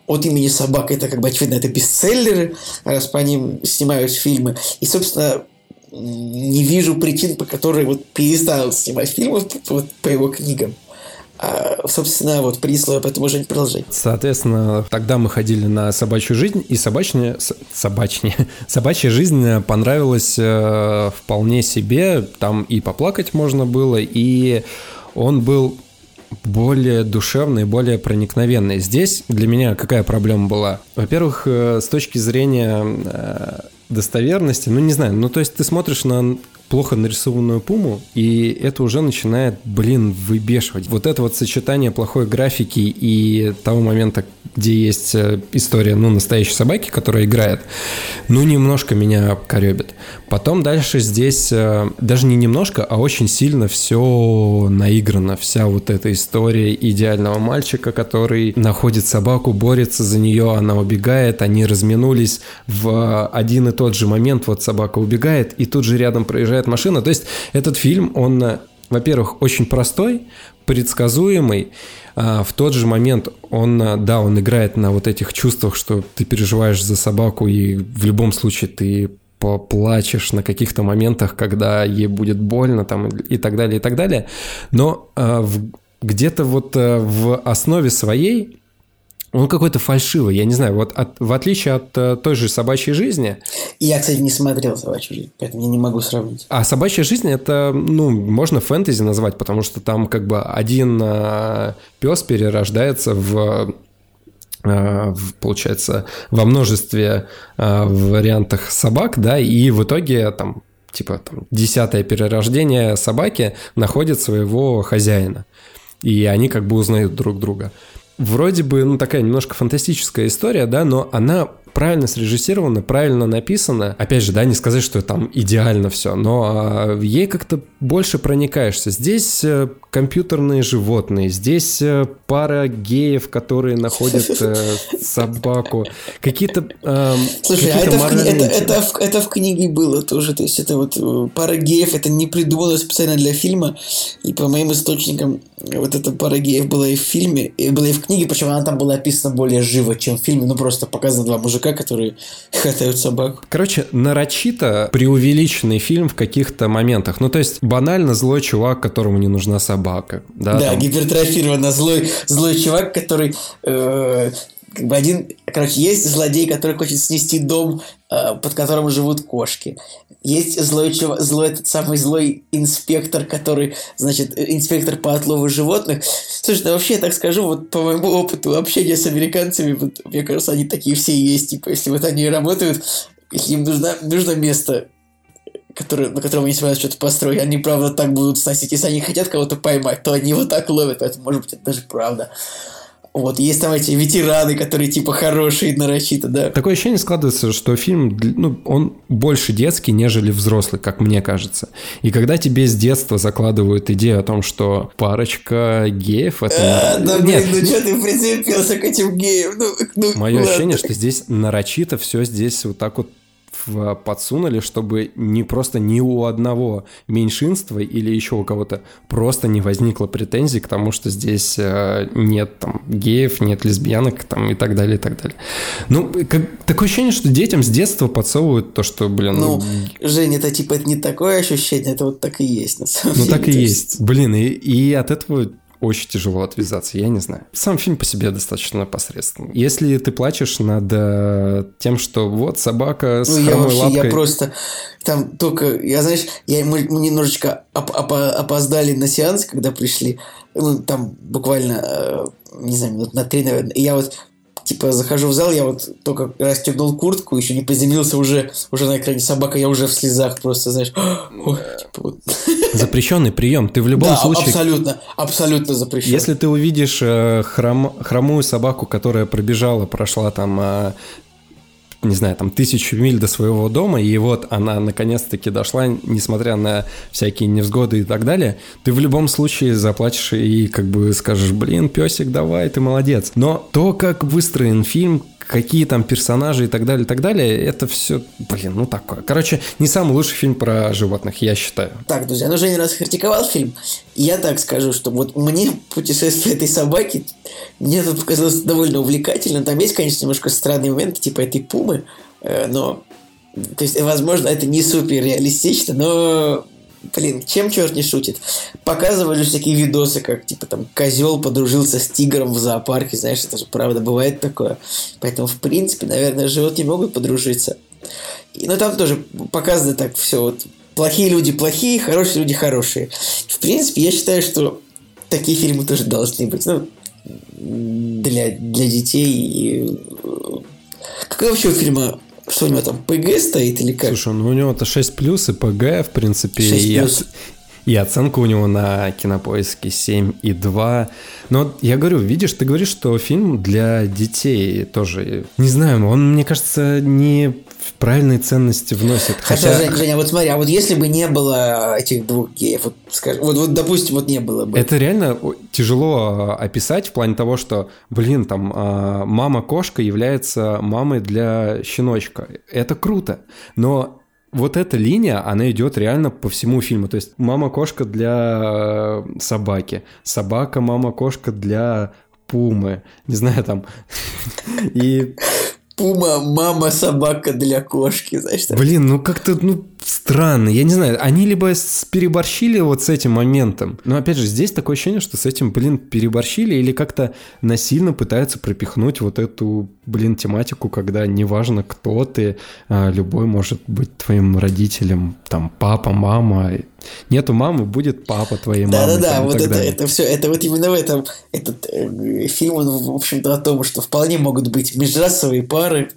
от имени собак, это как бы очевидно, это бестселлеры, раз по ним снимают фильмы. И, собственно, не вижу причин, по которой вот перестал снимать фильмы вот, по его книгам. А, собственно, вот принесло, поэтому уже не продолжать. Соответственно, тогда мы ходили на собачью жизнь, и собачная, собачная, собачья жизнь понравилась э, вполне себе. Там и поплакать можно было, и он был более душевный, более проникновенный. Здесь для меня какая проблема была? Во-первых, э, с точки зрения э, достоверности, ну не знаю, ну то есть ты смотришь на плохо нарисованную пуму, и это уже начинает, блин, выбешивать. Вот это вот сочетание плохой графики и того момента, где есть история, ну, настоящей собаки, которая играет, ну, немножко меня корёбит. Потом дальше здесь даже не немножко, а очень сильно все наиграно. Вся вот эта история идеального мальчика, который находит собаку, борется за нее, она убегает, они разминулись в один и тот же момент, вот собака убегает, и тут же рядом проезжает машина. То есть этот фильм, он, во-первых, очень простой, предсказуемый. А в тот же момент он, да, он играет на вот этих чувствах, что ты переживаешь за собаку, и в любом случае ты поплачешь на каких-то моментах, когда ей будет больно, там, и так далее, и так далее. Но а, в, где-то вот а, в основе своей он какой-то фальшивый, я не знаю, вот от, в отличие от а, той же «Собачьей жизни». Я, кстати, не смотрел «Собачью жизнь», поэтому я не могу сравнить. А «Собачья жизнь» — это, ну, можно фэнтези назвать, потому что там как бы один а, пес перерождается в... В, получается, во множестве э, вариантах собак, да, и в итоге там, типа, там, десятое перерождение собаки находит своего хозяина, и они как бы узнают друг друга. Вроде бы, ну, такая немножко фантастическая история, да, но она правильно срежиссирована, правильно написана. Опять же, да, не сказать, что там идеально все, но э, ей как-то больше проникаешься. Здесь э, компьютерные животные, здесь э, пара геев, которые находят э, собаку. Какие-то э, Слушай, какие-то а это, моральные... в, это, это, в, это в книге было тоже. То есть это вот пара геев, это не придумано специально для фильма. И по моим источникам, вот эта пара геев была и в фильме, и была и в книге, причем она там была описана более живо, чем в фильме. Ну, просто показано два мужика, которые хватают собаку. Короче, нарочито преувеличенный фильм в каких-то моментах. Ну, то есть, банально злой чувак, которому не нужна собака. Да, да там... гипертрофированно злой, злой чувак, который... Э- Как бы один, короче, есть злодей, который хочет снести дом, э, под которым живут кошки. Есть злой, чувак, злой этот самый злой инспектор, который, значит, инспектор по отлову животных. Слушай, ну вообще, я так скажу, вот по моему опыту общения с американцами, вот, мне кажется, они такие все есть. Типа, если вот они работают, если им нужно, нужно место, который, на котором они собираются что-то построить, они, правда, так будут сносить. Если они хотят кого-то поймать, то они его так ловят. Поэтому, может быть, это даже правда. Вот, есть там эти ветераны, которые типа хорошие нарочито, да. Такое ощущение складывается, что фильм, ну, он больше детский, нежели взрослый, как мне кажется. И когда тебе с детства закладывают идею о том, что парочка геев... это а, да, блин, Нет, ну что ты прицепился к этим геям? Ну, ну, мое ладно. ощущение, что здесь нарочито все здесь вот так вот подсунули, чтобы не просто ни у одного меньшинства или еще у кого-то просто не возникло претензий к тому, что здесь э, нет там геев, нет лесбиянок там, и так далее, и так далее. Ну, как, такое ощущение, что детям с детства подсовывают то, что, блин... Ну, ну Жень, это типа это не такое ощущение, это вот так и есть, на самом ну, деле. Ну, так и есть. Блин, и, и от этого... очень тяжело отвязаться, я не знаю. Сам фильм по себе достаточно посредственный. Если ты плачешь над э, тем, что вот собака с ну, хромой я вообще, лапкой... я просто... Там только... Я, знаешь, я, мы, мы немножечко оп- оп- опоздали на сеанс, когда пришли. Ну, там буквально, э, не знаю, минут на три, наверное. И я вот... Типа, захожу в зал, я вот только расстегнул куртку, еще не приземлился, уже, уже на экране собака, я уже в слезах просто, знаешь. Ой, типа, вот. Запрещенный прием. Ты в любом да, случае... абсолютно, абсолютно запрещен. Если ты увидишь э, хром... хромую собаку, которая пробежала, прошла там... Э, не знаю, там, тысячу миль до своего дома, и вот она наконец-таки дошла, несмотря на всякие невзгоды и так далее, ты в любом случае заплачешь и как бы скажешь, блин, песик, давай, ты молодец. Но то, как выстроен фильм, какие там персонажи и так далее, и так далее, это все, блин, ну такое. Короче, не самый лучший фильм про животных, я считаю. Так, друзья, ну Женя раз критиковал фильм, я так скажу, что вот мне путешествие этой собаки, мне тут показалось довольно увлекательным. Там есть, конечно, немножко странные моменты, типа этой пумы, но, то есть, возможно, это не супер реалистично, но... Блин, чем черт не шутит? Показывали всякие видосы, как, типа, там, козел подружился с тигром в зоопарке, знаешь, это же правда бывает такое. Поэтому, в принципе, наверное, животные могут подружиться. И, но там тоже показано так все вот. Плохие люди плохие, хорошие люди хорошие. В принципе, я считаю, что такие фильмы тоже должны быть. Ну, для, для детей. И... Какой вообще у фильма... Что у него там, ПГ стоит или как? Слушай, ну у него-то шесть плюс и ПГ, в принципе, шесть и, плюс. оц... и оценка у него на Кинопоиске семь и два. Но я говорю, видишь, ты говоришь, что фильм для детей тоже. Не знаю, он, мне кажется, не правильные ценности вносит. Хотя, Хотя... Женя, Женя, вот смотри, а вот если бы не было этих двух геев, вот, скажем, вот, вот допустим, вот не было бы. Это реально тяжело описать в плане того, что, блин, там мама-кошка является мамой для щеночка. Это круто, но вот эта линия, она идет реально по всему фильму. То есть мама-кошка для собаки, собака, мама-кошка для пумы, не знаю, там... И... Пума, мама, собака для кошки, знаешь. Так? Блин, ну как-то, ну, странно, я не знаю, они либо переборщили вот с этим моментом, но опять же, здесь такое ощущение, что с этим, блин, переборщили или как-то насильно пытаются пропихнуть вот эту, блин, тематику, когда неважно, кто ты, любой может быть твоим родителем, там, папа, мама, нету мамы, будет папа твоей мамы. Да-да-да, вот это, это все, это вот именно в этом, этот э, фильм, он, в общем-то, о том, что вполне могут быть межрасовые пары,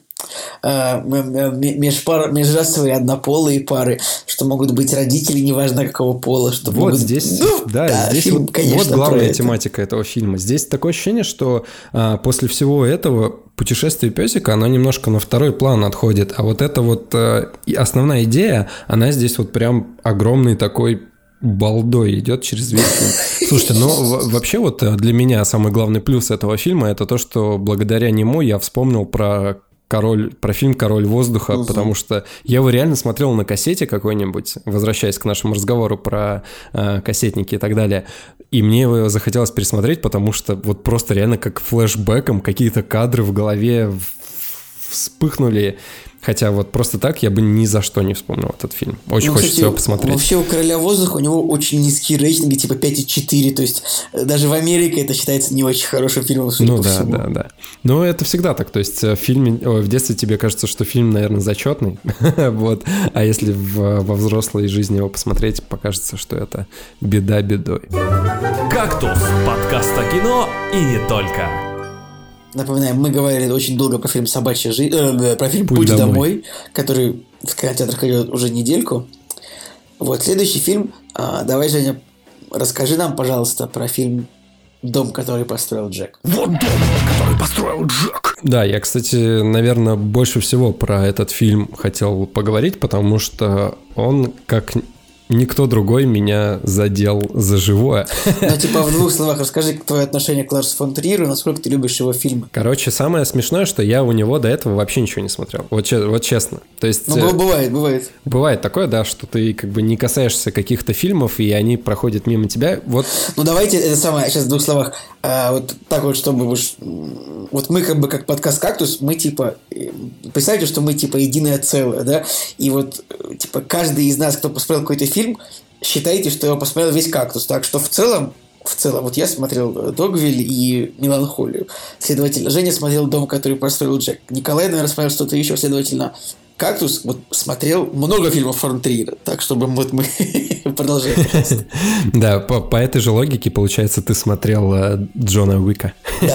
э, межпар, межрасовые однополые пары, что могут быть родители, неважно какого пола, что вот могут... здесь, ну, да, да, здесь фильм, вот, конечно, вот главная это. тематика этого фильма. Здесь такое ощущение, что а, после всего этого путешествие песика, оно немножко на второй план отходит, а вот эта вот а, основная идея, она здесь вот прям огромный такой балдой идет через весь фильм. Слушайте, ну вообще вот для меня самый главный плюс этого фильма это то, что благодаря нему я вспомнил про Король, про фильм «Король воздуха», угу. Потому что я его реально смотрел на кассете какой-нибудь, возвращаясь к нашему разговору про э, кассетники и так далее, и мне его захотелось пересмотреть, потому что вот просто реально как флешбэком какие-то кадры в голове вспыхнули. Хотя вот просто так я бы ни за что не вспомнил этот фильм. Очень ну, хочется кстати, его посмотреть. Вообще у «Короля воздуха» у него очень низкие рейтинги, типа пять и четыре. То есть даже в Америке это считается не очень хорошим фильмом. Ну да, всему. да, да. Но это всегда так. То есть в фильме, ой, в детстве тебе кажется, что фильм, наверное, зачетный. Вот. А если в, во взрослой жизни его посмотреть, покажется, что это беда бедой. «Кактус» – подкаст о кино и не только. Напоминаем, мы говорили очень долго про фильм «Собачья жизнь», э, про фильм «Путь, Путь домой. домой», который в кинотеатрах идет уже недельку. Вот, следующий фильм. А, давай, Женя, расскажи нам, пожалуйста, про фильм «Дом, который построил Джек». Вот дом, который построил Джек. Да, я, кстати, наверное, больше всего про этот фильм хотел поговорить, потому что он как... Никто другой меня задел за живое. Ну, типа, в двух словах расскажи твое отношение к Ларсу фон Триру, насколько ты любишь его фильмы. Короче, самое смешное, что я у него до этого вообще ничего не смотрел. Вот, вот честно. То есть, ну, бывает, бывает. Бывает такое, да, что ты как бы не касаешься каких-то фильмов, и они проходят мимо тебя. Вот. Ну, давайте это самое, сейчас в двух словах. А, вот так вот, чтобы уж... Вот мы как бы как подкаст «Кактус», мы типа... Представьте, что мы типа единое целое, да? И вот типа каждый из нас, кто посмотрел какой-то фильм, считайте, что его посмотрел весь «Кактус». Так что в целом, в целом, вот я смотрел «Догвиль» и «Меланхолию». Следовательно, Женя смотрел «Дом, который построил Джек». Николай, наверное, смотрел что-то еще. Следовательно, «Кактус» вот смотрел много фильмов фон Трира. Так, чтобы вот мы продолжали. Да, по, по этой же логике, получается, ты смотрел uh, Джона Уика. Да.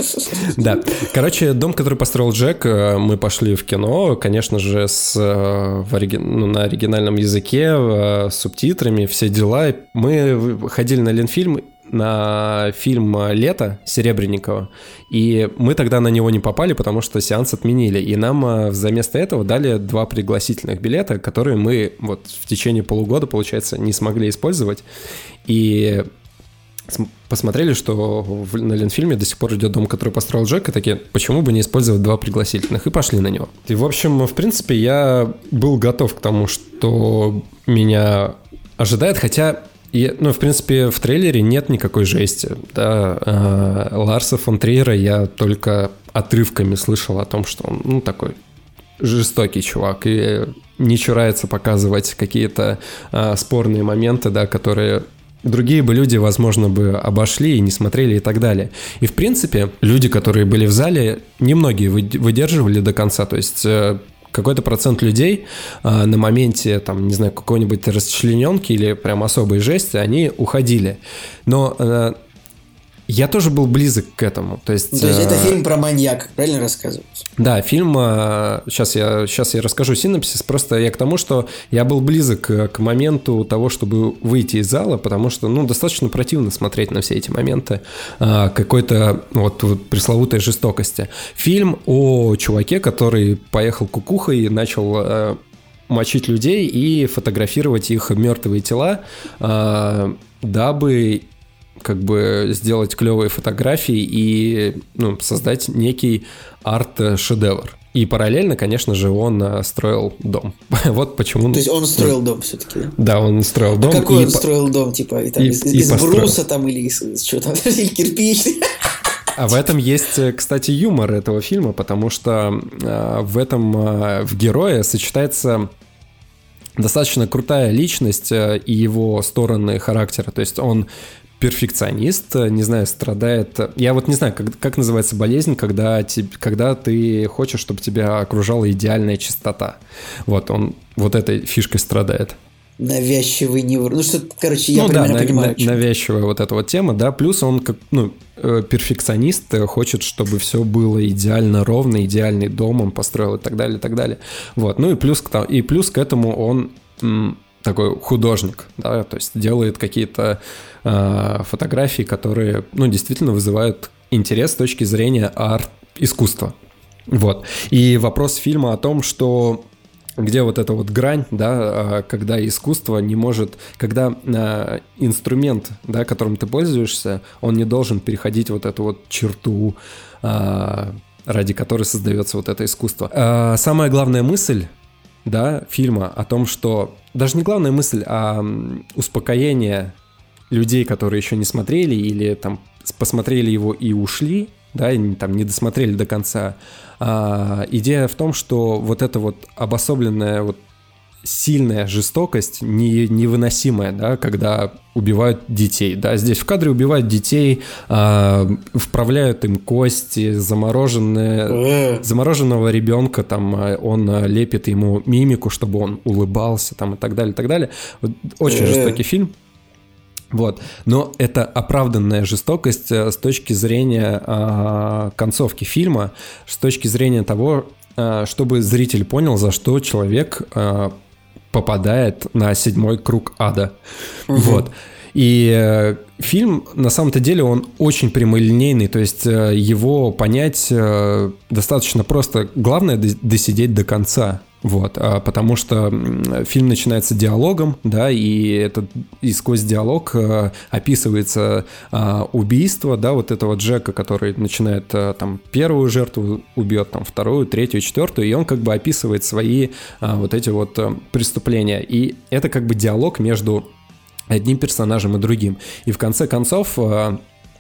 Да. Короче, «Дом, который построил Джек», мы пошли в кино, конечно же, с, в ориги... ну, на оригинальном языке, с субтитрами, все дела. Мы ходили на Ленфильм, на фильм «Лето» Серебренникова, и мы тогда на него не попали, потому что сеанс отменили, и нам вместо этого дали два пригласительных билета, которые мы вот в течение полугода, получается, не смогли использовать, и посмотрели, что в, на Ленфильме до сих пор идет дом, который построил Джек, и такие, почему бы не использовать два пригласительных, и пошли на него. И, в общем, в принципе, я был готов к тому, что меня ожидает, хотя... И, ну, в принципе, в трейлере нет никакой жести, да, э, Ларса фон Триера я только отрывками слышал о том, что он, ну, такой жестокий чувак и не чурается показывать какие-то э, спорные моменты, да, которые другие бы люди, возможно, бы обошли и не смотрели и так далее. И, в принципе, люди, которые были в зале, немногие выдерживали до конца, то есть... Э, какой-то процент людей а, на моменте, там, не знаю, какой-нибудь расчлененки или прям особой жести, они уходили. Но а, я тоже был близок к этому. То есть, То есть а, это фильм про маньяка, правильно рассказывать? Да, фильм, а, сейчас, я, сейчас я расскажу синопсис, просто я к тому, что я был близок к моменту того, чтобы выйти из зала, потому что, ну, достаточно противно смотреть на все эти моменты а, какой-то вот, вот пресловутой жестокости. Фильм о чуваке, который поехал кукухой и начал а, мочить людей и фотографировать их мертвые тела, а, дабы... как бы сделать клевые фотографии и, ну, создать некий арт-шедевр. И параллельно, конечно же, он строил дом. Вот почему... То есть он строил дом все-таки, да? Да, он строил дом. А какой и он по... строил дом? Типа и, там, и, из, и из построил. бруса там или из, из чего там? Или кирпич? А в этом есть, кстати, юмор этого фильма, потому что э, в этом, э, в герое сочетается... достаточно крутая личность э, и его стороны характера. То есть он перфекционист, не знаю, страдает... Я вот не знаю, как, как называется болезнь, когда, te, когда ты хочешь, чтобы тебя окружала идеальная чистота. Вот он вот этой фишкой страдает. Навязчивый невроз. Ну, что, короче, я ну, примерно да, понимаю. На, навязчивая вот эта вот тема, да, плюс он как, ну, перфекционист, хочет, чтобы все было идеально ровно, идеальный дом он построил и так далее, и так далее. Вот, ну и плюс, и плюс к этому он... М- такой художник, да, то есть делает какие-то э, фотографии, которые, ну, действительно вызывают интерес с точки зрения арт-искусства. Вот. И вопрос фильма о том, что где вот эта вот грань, да, когда искусство не может, когда э, инструмент, да, которым ты пользуешься, он не должен переходить вот эту вот черту, э, ради которой создается вот это искусство. Э, самая главная мысль, да, фильма о том, что даже не главная мысль, а успокоение людей, которые еще не смотрели или там посмотрели его и ушли, да, и там не досмотрели до конца. А, идея в том, что вот эта вот обособленная вот сильная жестокость, не, невыносимая, да, когда убивают детей, да, здесь в кадре убивают детей, э, вправляют им кости, замороженные, замороженного ребенка, там, он лепит ему мимику, чтобы он улыбался, там, и так далее, и так далее. Очень жестокий фильм. Вот. Но это оправданная жестокость с точки зрения э, концовки фильма, с точки зрения того, э, чтобы зритель понял, за что человек э, попадает на седьмой круг ада. Угу. Вот. И э, фильм, на самом-то деле, он очень прямолинейный, то есть э, его понять э, достаточно просто. Главное досидеть до конца. Вот, а, потому что фильм начинается диалогом, да, и, это, и сквозь диалог а, описывается а, убийство, да, вот этого Джека, который начинает а, там первую жертву убьет, там вторую, третью, четвертую, и он как бы описывает свои а, вот эти вот а, преступления. И это как бы диалог между одним персонажем и другим. И в конце концов... А,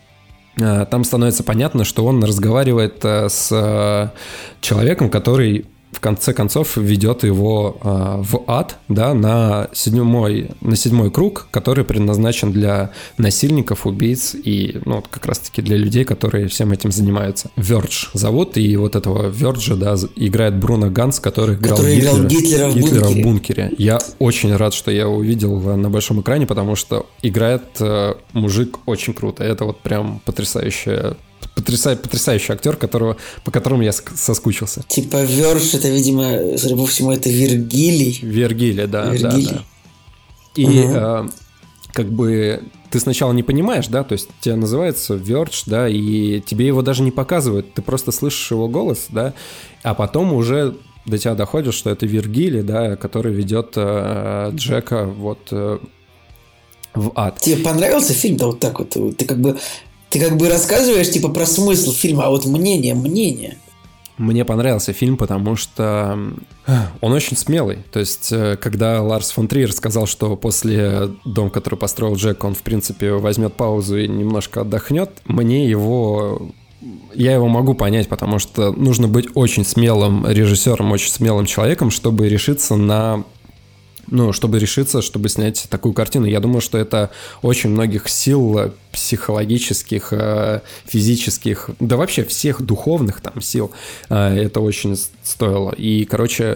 а, там становится понятно, что он разговаривает а, с а, человеком, который... в конце концов ведет его э, в ад, да, на седьмой, на седьмой круг, который предназначен для насильников, убийц и, ну, как раз-таки для людей, которые всем этим занимаются. Вердж зовут, и вот этого Верджа, да, играет Бруно Ганс, который играл, который Гитлера, играл Гитлера, в, Гитлера бункере. в бункере. Я очень рад, что я его увидел на большом экране, потому что играет э, мужик очень круто. Это вот прям потрясающая Потрясающий, потрясающий актер, которого, по которому я соскучился. Типа Вердж, это, видимо, судя по всему, это Вергилий. Вергилий, да, Вергилий. да, да. И угу. э, как бы ты сначала не понимаешь, да, то есть тебя называется Вердж, да, и тебе его даже не показывают, ты просто слышишь его голос, да, а потом уже до тебя доходит, что это Вергилий, да, который ведет э, Джека вот... Э, в ад. Тебе понравился фильм-то вот так вот? Ты как бы, ты как бы рассказываешь типа про смысл фильма, а вот мнение, мнение. Мне понравился фильм, потому что он очень смелый. То есть, когда Ларс фон Триер сказал, что после «Дом, который построил Джек», он, в принципе, возьмет паузу и немножко отдохнет, мне его... Я его могу понять, потому что нужно быть очень смелым режиссером, очень смелым человеком, чтобы решиться на... Ну, чтобы решиться, чтобы снять такую картину. Я думаю, что это очень многих сил психологических, физических, да вообще всех духовных там сил это очень стоило. И, короче,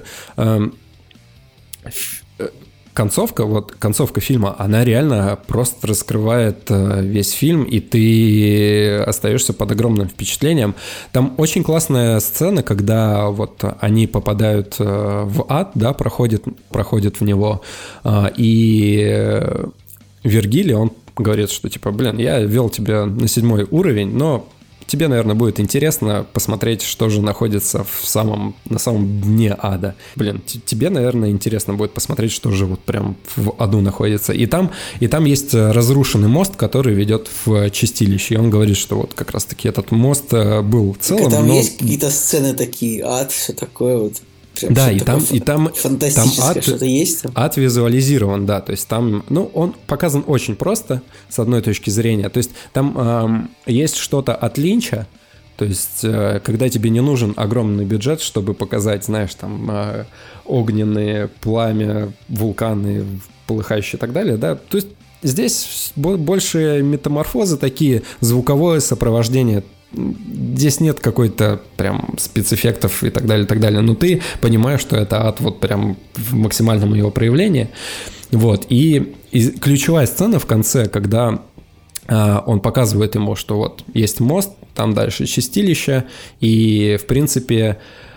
концовка, вот концовка фильма, она реально просто раскрывает весь фильм, и ты остаешься под огромным впечатлением. Там очень классная сцена, когда вот они попадают в ад, да, проходят, проходят в него, и Вергилий, он говорит, что типа, блин, я вел тебя на седьмой уровень, но тебе, наверное, будет интересно посмотреть, что же находится в самом, на самом дне ада. Блин, т- тебе, наверное, интересно будет посмотреть, что же вот прям в аду находится. И там, и там есть разрушенный мост, который ведет в чистилище. И он говорит, что вот как раз-таки этот мост был целым, там но... есть какие-то сцены такие, ад, все такое вот. Прям да, и там, и там, там ад, что-то есть. Там? Ад визуализирован, да, то есть там, ну, он показан очень просто, с одной точки зрения, то есть там эм, есть что-то от Линча, то есть э, когда тебе не нужен огромный бюджет, чтобы показать, знаешь, там э, огненные, пламя, вулканы, полыхающие и так далее, да, то есть здесь больше метаморфозы такие, звуковое сопровождение. Здесь нет какой-то прям спецэффектов и так далее, и так далее. Но ты понимаешь, что это ад вот прям в максимальном его проявлении. Вот. И, и ключевая сцена в конце, когда а, он показывает ему, что вот есть мост, там дальше чистилище, и, в принципе,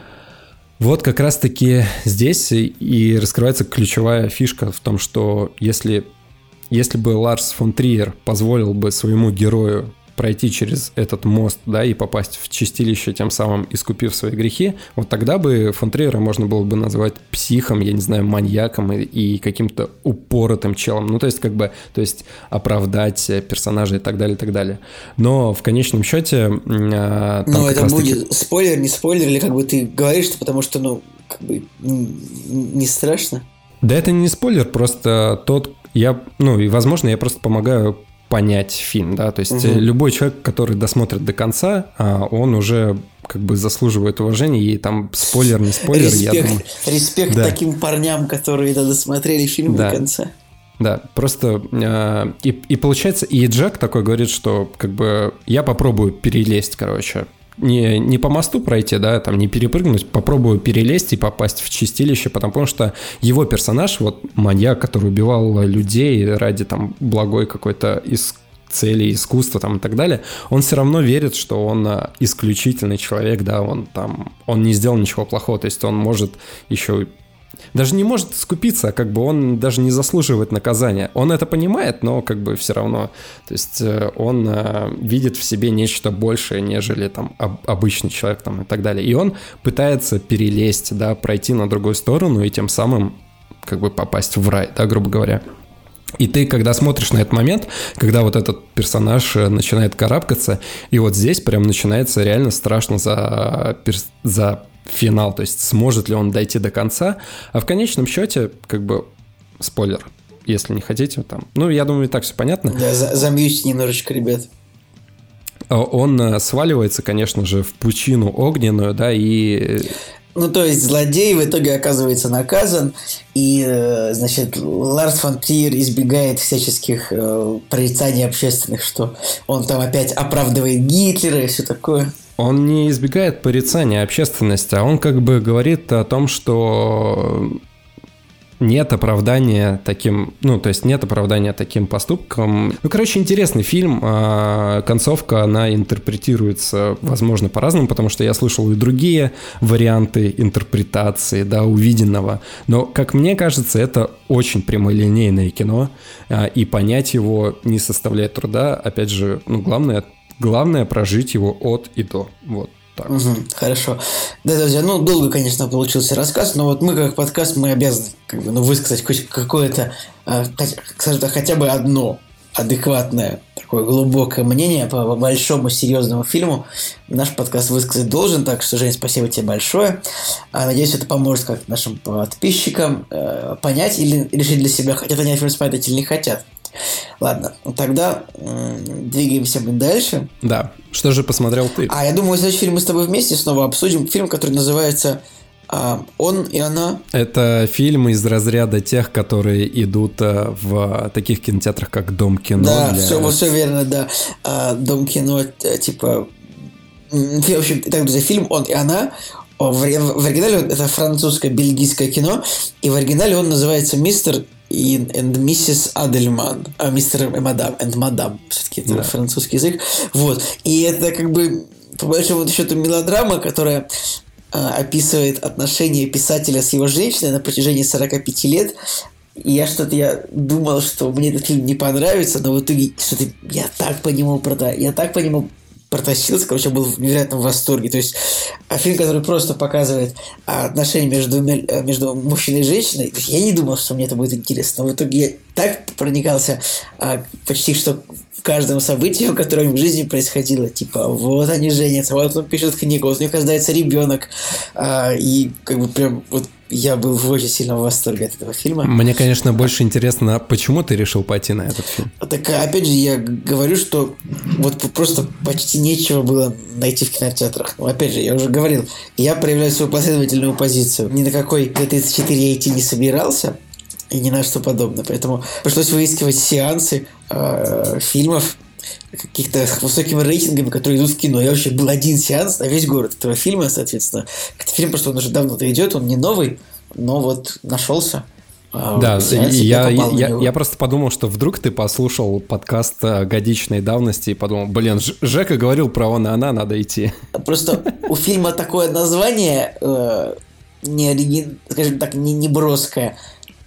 вот как раз-таки здесь и раскрывается ключевая фишка в том, что если, если бы Ларс фон Триер позволил бы своему герою пройти через этот мост, да, и попасть в чистилище, тем самым искупив свои грехи, вот тогда бы фон Триера можно было бы назвать психом, я не знаю, маньяком и, и каким-то упоротым челом. Ну, то есть, как бы, то есть оправдать персонажа и так далее, и так далее. Но в конечном счете... Э, ну, это будет таки... спойлер, не спойлер, или как бы ты говоришь, что потому что, ну, как бы не страшно? Да это не спойлер, просто тот... Я, ну, и, возможно, я просто помогаю понять фильм, да, то есть угу. любой человек, который досмотрит до конца, он уже как бы заслуживает уважения, и там спойлер, не спойлер, респект, я думаю... Респект да. таким парням, которые да, досмотрели фильм да. до конца. Да, просто э, и, и получается, и Джек такой говорит, что как бы я попробую перелезть, короче, Не, не по мосту пройти, да, там не перепрыгнуть, попробую перелезть и попасть в чистилище, потому что его персонаж, вот маньяк, который убивал людей ради там благой какой-то из цели, искусства там и так далее, он все равно верит, что он исключительный человек, да, он там, он не сделал ничего плохого, то есть он может еще... Даже не может искупиться, а как бы он даже не заслуживает наказания. Он это понимает, но как бы все равно. То есть он э, видит в себе нечто большее, нежели там об, обычный человек там, и так далее. И он пытается перелезть, да, пройти на другую сторону и тем самым как бы попасть в рай, да, грубо говоря. И ты, когда смотришь на этот момент, когда вот этот персонаж начинает карабкаться, и вот здесь прям начинается реально страшно за, за финал, то есть сможет ли он дойти до конца, а в конечном счете, как бы, спойлер, если не хотите, там, ну, я думаю, и так все понятно. Да, за- замьюзьте немножечко, ребят. Он сваливается, конечно же, в пучину огненную, да, и... Ну, то есть, злодей в итоге оказывается наказан, и, значит, Ларс фон Триер избегает всяческих э, прорицаний общественных, что он там опять оправдывает Гитлера и все такое. Он не избегает порицания общественности, а он как бы говорит о том, что нет оправдания таким, ну, то есть нет оправдания таким поступкам. Ну, короче, интересный фильм. Концовка, она интерпретируется, возможно, по-разному, потому что я слышал и другие варианты интерпретации, да, увиденного. Но, как мне кажется, это очень прямолинейное кино, и понять его не составляет труда. Опять же, ну, главное, главное прожить его от и до. Вот. Так. Угу, хорошо. Да, друзья, ну, долго, конечно, получился рассказ, но вот мы, как подкаст, мы обязаны как бы, ну, высказать хоть какое-то скажем так, хотя бы одно адекватное, такое глубокое мнение по большому серьезному фильму, наш подкаст высказать должен. Так что, Жень, спасибо тебе большое. Надеюсь, это поможет как нашим подписчикам э, понять или решить для себя, хотят они фильм смотреть или не хотят. Ладно, тогда э, двигаемся мы дальше. Да. Что же посмотрел ты? А я думаю, следующий фильм мы с тобой вместе снова обсудим. Фильм, который называется а, «Он и она». Это фильм из разряда тех, которые идут а, в таких кинотеатрах, как Дом кино. Да, для... все, все верно, да. А, Дом кино, типа... В общем, так, друзья, фильм «Он и она». В, в оригинале это французско-бельгийское кино, и в оригинале он называется «Мистер и миссис Адельман». А «Мистер и мадам», and мадам, все-таки это да. Французский язык. Вот. И это как бы, по большому счету, мелодрама, которая описывает отношения писателя с его женщиной на протяжении сорока пяти лет. И я что-то я думал, что мне этот фильм не понравится, но в итоге что-то я так по нему прода... я так по нему протащился, короче, был в невероятном восторге. То есть фильм, который просто показывает отношения между, между мужчиной и женщиной. Я не думал, что мне это будет интересно, но в итоге я так проникался почти что каждому событию, которое в жизни происходило. Типа, вот они женятся, вот он пишет книгу, вот у них рождается ребенок. А, и как бы прям вот я был очень сильно в восторге от этого фильма. Мне, конечно, больше интересно, почему ты решил пойти на этот фильм? Так, опять же, я говорю, что вот просто почти нечего было найти в кинотеатрах. Ну, опять же, я уже говорил, я проявляю свою последовательную позицию. Ни на какой Т тридцать четыре я идти не собирался. И ни на что подобное. Поэтому пришлось выискивать сеансы э, фильмов каких-то с высокими рейтингами, которые идут в кино. Я вообще был один сеанс на весь город этого фильма, соответственно. Этот фильм просто он уже давно-то идет, он не новый, но вот нашелся. Да, сеансе, я, я, я, я просто подумал, что вдруг ты послушал подкаст годичной давности и подумал, блин, Ж- Жека говорил про он и она, надо идти. Просто у фильма такое название э, не оригин... скажем так, не, не броское.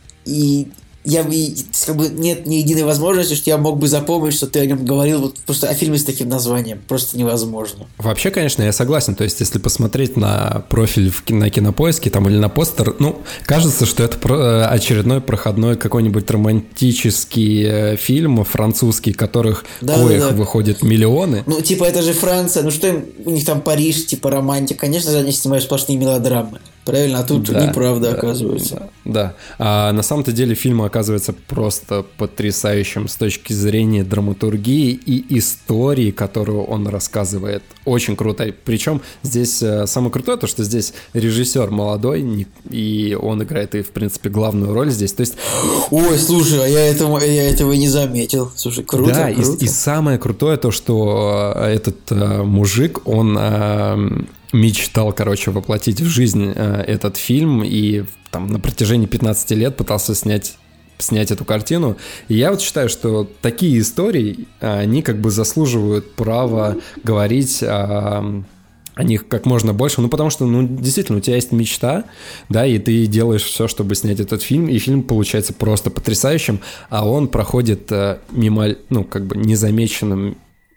И я как бы нет ни единой возможности, что я мог бы запомнить, что ты о нем говорил, вот просто о фильме с таким названием. Просто невозможно. Вообще, конечно, я согласен. То есть, если посмотреть на профиль в, на Кинопоиске там, или на постер, ну, кажется, что это про, очередной проходной какой-нибудь романтический фильм французский, которых да, коих да, да. выходит миллионы. Ну, типа, это же Франция. Ну, что им, у них там Париж, типа, романтика. Конечно же, они снимают сплошные мелодрамы. Правильно, а тут да, неправда, да, оказывается. Да, да. А на самом-то деле фильм оказывается просто потрясающим с точки зрения драматургии и истории, которую он рассказывает. Очень круто. Причем здесь самое крутое то, что здесь режиссер молодой, и он играет и, в принципе, главную роль здесь. То есть... Ой, слушай, а я этого, я этого не заметил. Слушай, круто, да, круто. И, и самое крутое то, что этот э, мужик, он... Э, мечтал, короче, воплотить в жизнь э, этот фильм и там на протяжении пятнадцати лет пытался снять, снять эту картину. И я вот считаю, что такие истории, они как бы заслуживают права говорить о, о них как можно больше. Ну, потому что, ну, действительно, у тебя есть мечта, да, и ты делаешь все, чтобы снять этот фильм, и фильм получается просто потрясающим, а он проходит э, мимо, ну, как бы незамеченным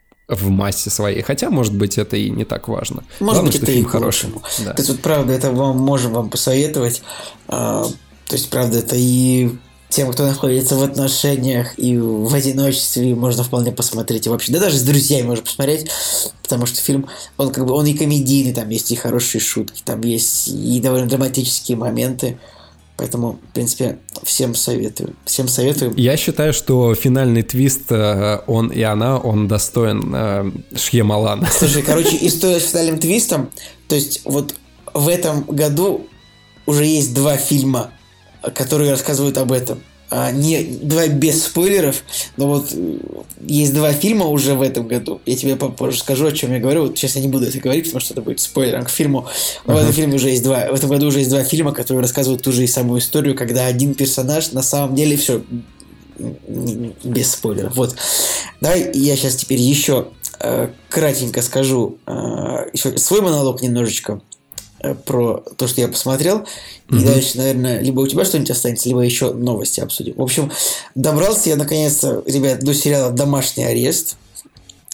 в массе своей. Хотя, может быть, это и не так важно. Может Главное, быть, что это фильм и хороший. Да. То есть, вот правда, это вам можем вам посоветовать. А, то есть, правда, это и тем, кто находится в отношениях и в одиночестве, можно вполне посмотреть. И вообще, да даже с друзьями можно посмотреть, потому что фильм, он как бы, он и комедийный, там есть и хорошие шутки, там есть и довольно драматические моменты. Поэтому, в принципе, всем советую. Всем советую. Я считаю, что финальный твист «Он и она», он достоин э, Шьямалана. Слушай, короче, история с финальным твистом, то есть вот в этом году уже есть два фильма, которые рассказывают об этом. А, не, два без спойлеров, но вот есть два фильма уже в этом году. Я тебе попозже скажу, о чем я говорю. Вот сейчас я не буду это говорить, потому что это будет спойлером к фильму. Но uh-huh. в этом фильме уже есть два. В этом году уже есть два фильма, которые рассказывают ту же и самую историю, когда один персонаж на самом деле все без спойлеров. Вот. Давай я сейчас теперь еще э, кратенько скажу э, еще свой монолог немножечко про то, что я посмотрел. И mm-hmm. дальше, наверное, либо у тебя что-нибудь останется, либо еще новости обсудим. В общем, добрался я наконец-то, ребят, до сериала «Домашний арест».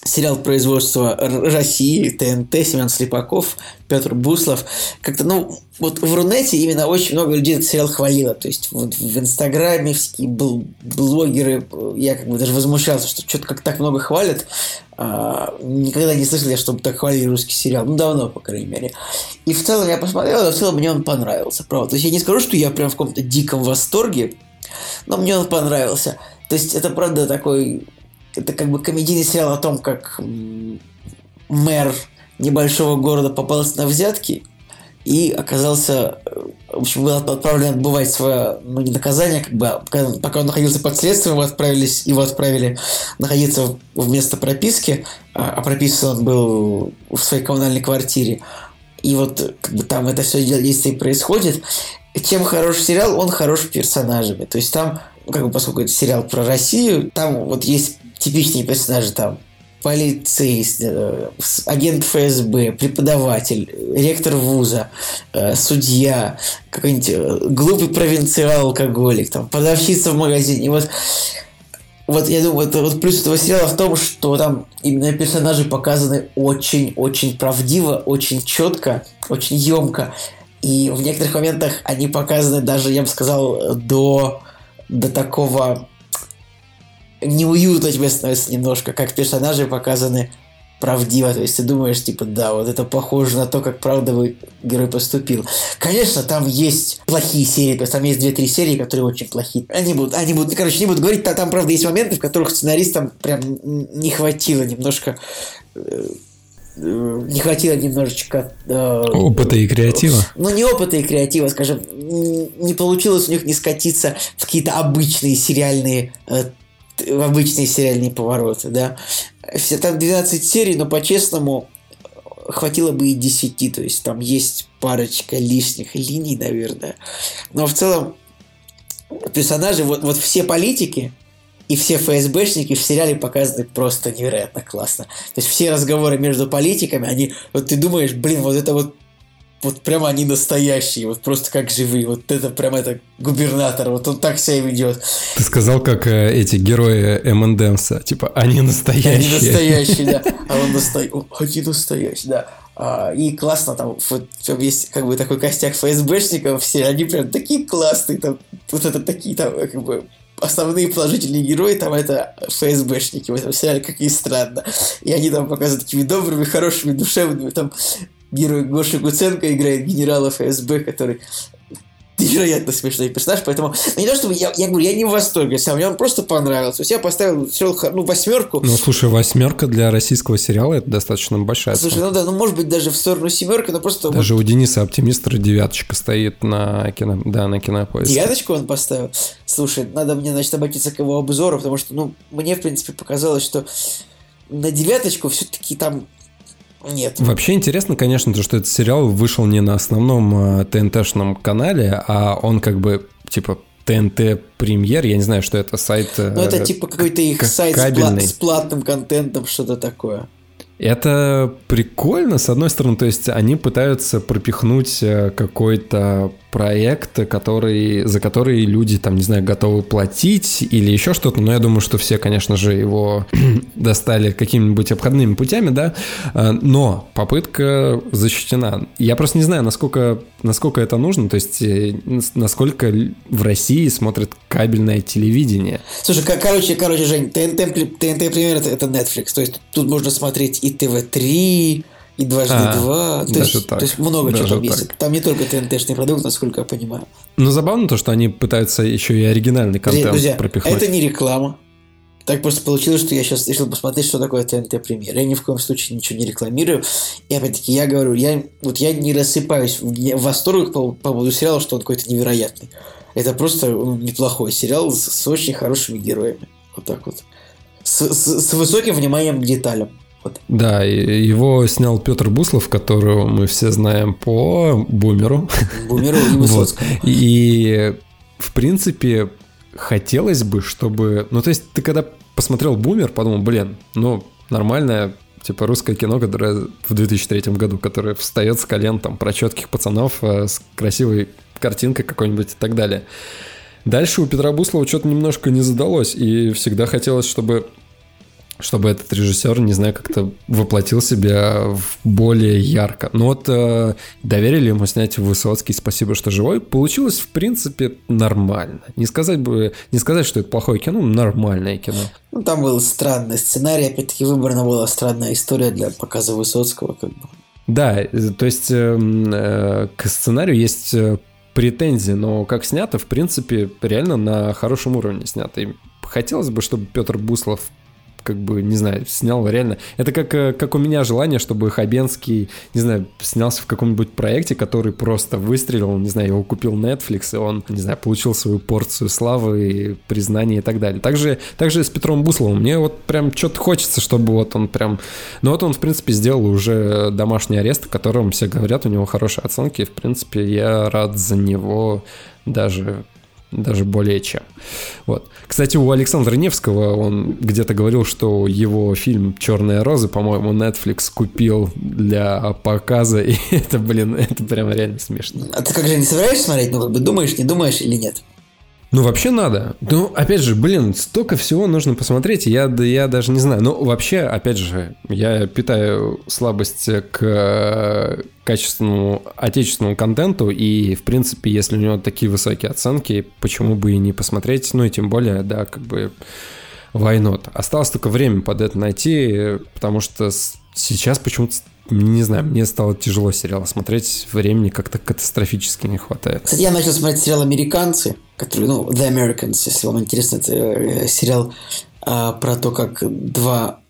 сериал производства России, ТНТ, Семен Слепаков, Петр Буслов. Как-то, ну, вот в Рунете именно очень много людей этот сериал хвалило. То есть вот в Инстаграме всякие блогеры, я как бы даже возмущался, что что-то как так много хвалят. А, никогда не слышал я, чтобы так хвалили русский сериал. Ну, давно, по крайней мере. И в целом я посмотрел, но в целом мне он понравился, правда. То есть я не скажу, что я прям в каком-то диком восторге, но мне он понравился. То есть это, правда, такой... Это как бы комедийный сериал о том, как мэр небольшого города попался на взятки и оказался, в общем, был отправлен отбывать свое, ну, не наказание, как бы, пока он находился под следствием, его, отправились, его отправили находиться в место прописки, а прописан он был в своей коммунальной квартире. И вот как бы там это все действие происходит. Чем хороший сериал, он хорош персонажами. То есть там, как бы, поскольку это сериал про Россию, там вот есть типичные персонажи, там полицейский, агент эф эс бэ, преподаватель, ректор вуза, судья, какой-нибудь глупый провинциал-алкоголик, там, продавщица в магазине. И вот, вот я думаю, это, вот плюс этого сериала в том, что там именно персонажи показаны очень-очень правдиво, очень четко, очень емко. И в некоторых моментах они показаны даже, я бы сказал, до, до такого... неуютно тебе становится немножко, как персонажи показаны правдиво. То есть ты думаешь, типа, да, вот это похоже на то, как правдовый герой поступил. Конечно, там есть плохие серии, то есть там есть две-три серии, которые очень плохие. Они будут, они будут, короче, не буду говорить, там, там, правда, есть моменты, в которых сценаристам прям не хватило немножко... не хватило немножечко... Э, опыта и креатива. Ну, не опыта и креатива, скажем. Не получилось у них не скатиться в какие-то обычные сериальные... Э, в обычные сериальные повороты, да. Все там двенадцать серий, но по-честному хватило бы и десяти. То есть там есть парочка лишних линий, наверное. Но в целом персонажи, вот, вот все политики и все эф эс бэшники в сериале показаны просто невероятно классно. То есть все разговоры между политиками, они, вот ты думаешь, блин, вот это вот вот прямо они настоящие, вот просто как живые. Вот это прям это губернатор, вот он так себя ведет. Ты сказал, как э, эти герои эм энд эмс, типа, они настоящие. Они настоящие, да. А он настоящий. Они настоящие, да. А, и классно там, вот есть как бы такой костяк эф эс бэшников, все, они прям такие классные, там, вот это такие там, как бы, основные положительные герои, там, это эф эс бэшники в этом сериале, как и странно. И они там показывают такими добрыми, хорошими, душевными, там, герой Гоша Куценко играет генерала эф эс бэ, который невероятно смешной персонаж, поэтому ну, не то чтобы я, я говорю, я не в восторге сам, мне он просто понравился. То есть я поставил сериал, ну, восьмерку. Ну, слушай, восьмерка для российского сериала это достаточно большая. Слушай, ну да, ну может быть даже в сторону семерки, но просто... Даже вот... у Дениса Оптимистра девяточка стоит на кино, да, на Кинопоиске. Девяточку он поставил? Слушай, надо мне, значит, обратиться к его обзору, потому что, ну, мне, в принципе, показалось, что на девяточку все-таки там нет. Вообще интересно, конечно, то, что этот сериал вышел не на основном ТНТ-шном канале, а он как бы, типа, ТНТ Премьер, я не знаю, что это, сайт... Ну, это типа какой-то их сайт с, пла- с платным контентом, что-то такое. Это прикольно, с одной стороны, то есть они пытаются пропихнуть какой-то проект, который, за который люди, там, не знаю, готовы платить или еще что-то, но я думаю, что все, конечно же, его достали какими-нибудь обходными путями, да, но попытка защищена. Я просто не знаю, насколько, насколько это нужно, то есть насколько в России смотрят кабельное телевидение. Слушай, короче, короче, Жень, ТНТ, ТНТ Премьер это, это Netflix, то есть тут можно смотреть и тэ вэ три, и дважды два, то, есть, то есть много чего там есть. Там не только ТНТ-шный продукт, насколько я понимаю. Но забавно то, что они пытаются еще и оригинальный контент Друзья, пропихнуть. Это не реклама. Так просто получилось, что я сейчас решил посмотреть, что такое ТНТ Премьер. Я ни в коем случае ничего не рекламирую. И опять-таки я говорю, я, вот я не рассыпаюсь в, в восторгах по, по поводу сериала, что он какой-то невероятный. Это просто ну, неплохой сериал с, с очень хорошими героями. Вот так вот. С, с, с высоким вниманием к деталям. Вот. Да, его снял Петр Буслов, которого мы все знаем по Бумеру. Бумеру и Высоцкому. Вот. И, в принципе, хотелось бы, чтобы... Ну, то есть, ты когда посмотрел Бумер, подумал, блин, ну, нормальное, типа, русское кино, которое в две тысячи третьем году, которое встает с колен, там, про четких пацанов с красивой картинкой какой-нибудь и так далее. Дальше у Петра Буслова что-то немножко не задалось, и всегда хотелось, чтобы... чтобы этот режиссер, не знаю, как-то воплотил себя в более ярко. Но вот э, доверили ему снять Высоцкий «Спасибо, что живой». Получилось, в принципе, нормально. Не сказать бы, не сказать, что это плохое кино, нормальное кино. Ну, там был странный сценарий, опять-таки выбрана была странная история для показа Высоцкого, как бы. Да, то есть э, э, к сценарию есть претензии, но как снято, в принципе, реально на хорошем уровне снято. И хотелось бы, чтобы Петр Буслов, как бы, не знаю, снял реально... Это как, как у меня желание, чтобы Хабенский, не знаю, снялся в каком-нибудь проекте, который просто выстрелил, не знаю, его купил Netflix, и он, не знаю, получил свою порцию славы, признания и так далее. Также, также с Петром Бусловым. Мне вот прям что-то хочется, чтобы вот он прям... Ну вот он, в принципе, сделал уже «Домашний арест», о котором все говорят, у него хорошие оценки, и, в принципе, я рад за него даже... Даже более чем. Вот. Кстати, у Александра Невского он где-то говорил, что его фильм «Черная роза», по-моему, Netflix купил для показа, и это, блин, это прям реально смешно. А ты как же не собираешься смотреть? Ну, как бы думаешь, не думаешь или нет? Ну, вообще надо. Ну, опять же, блин, столько всего нужно посмотреть, я, я даже не знаю. Ну, вообще, опять же, я питаю слабость к качественному отечественному контенту, и, в принципе, если у него такие высокие оценки, почему бы и не посмотреть, ну, и тем более, да, как бы, why not? Осталось только время под это найти, потому что сейчас почему-то, не знаю, мне стало тяжело сериалы смотреть, времени как-то катастрофически не хватает. Кстати, я начал смотреть сериал «Американцы», который, ну, The Americans, если вам интересно, это сериал а, про то, как два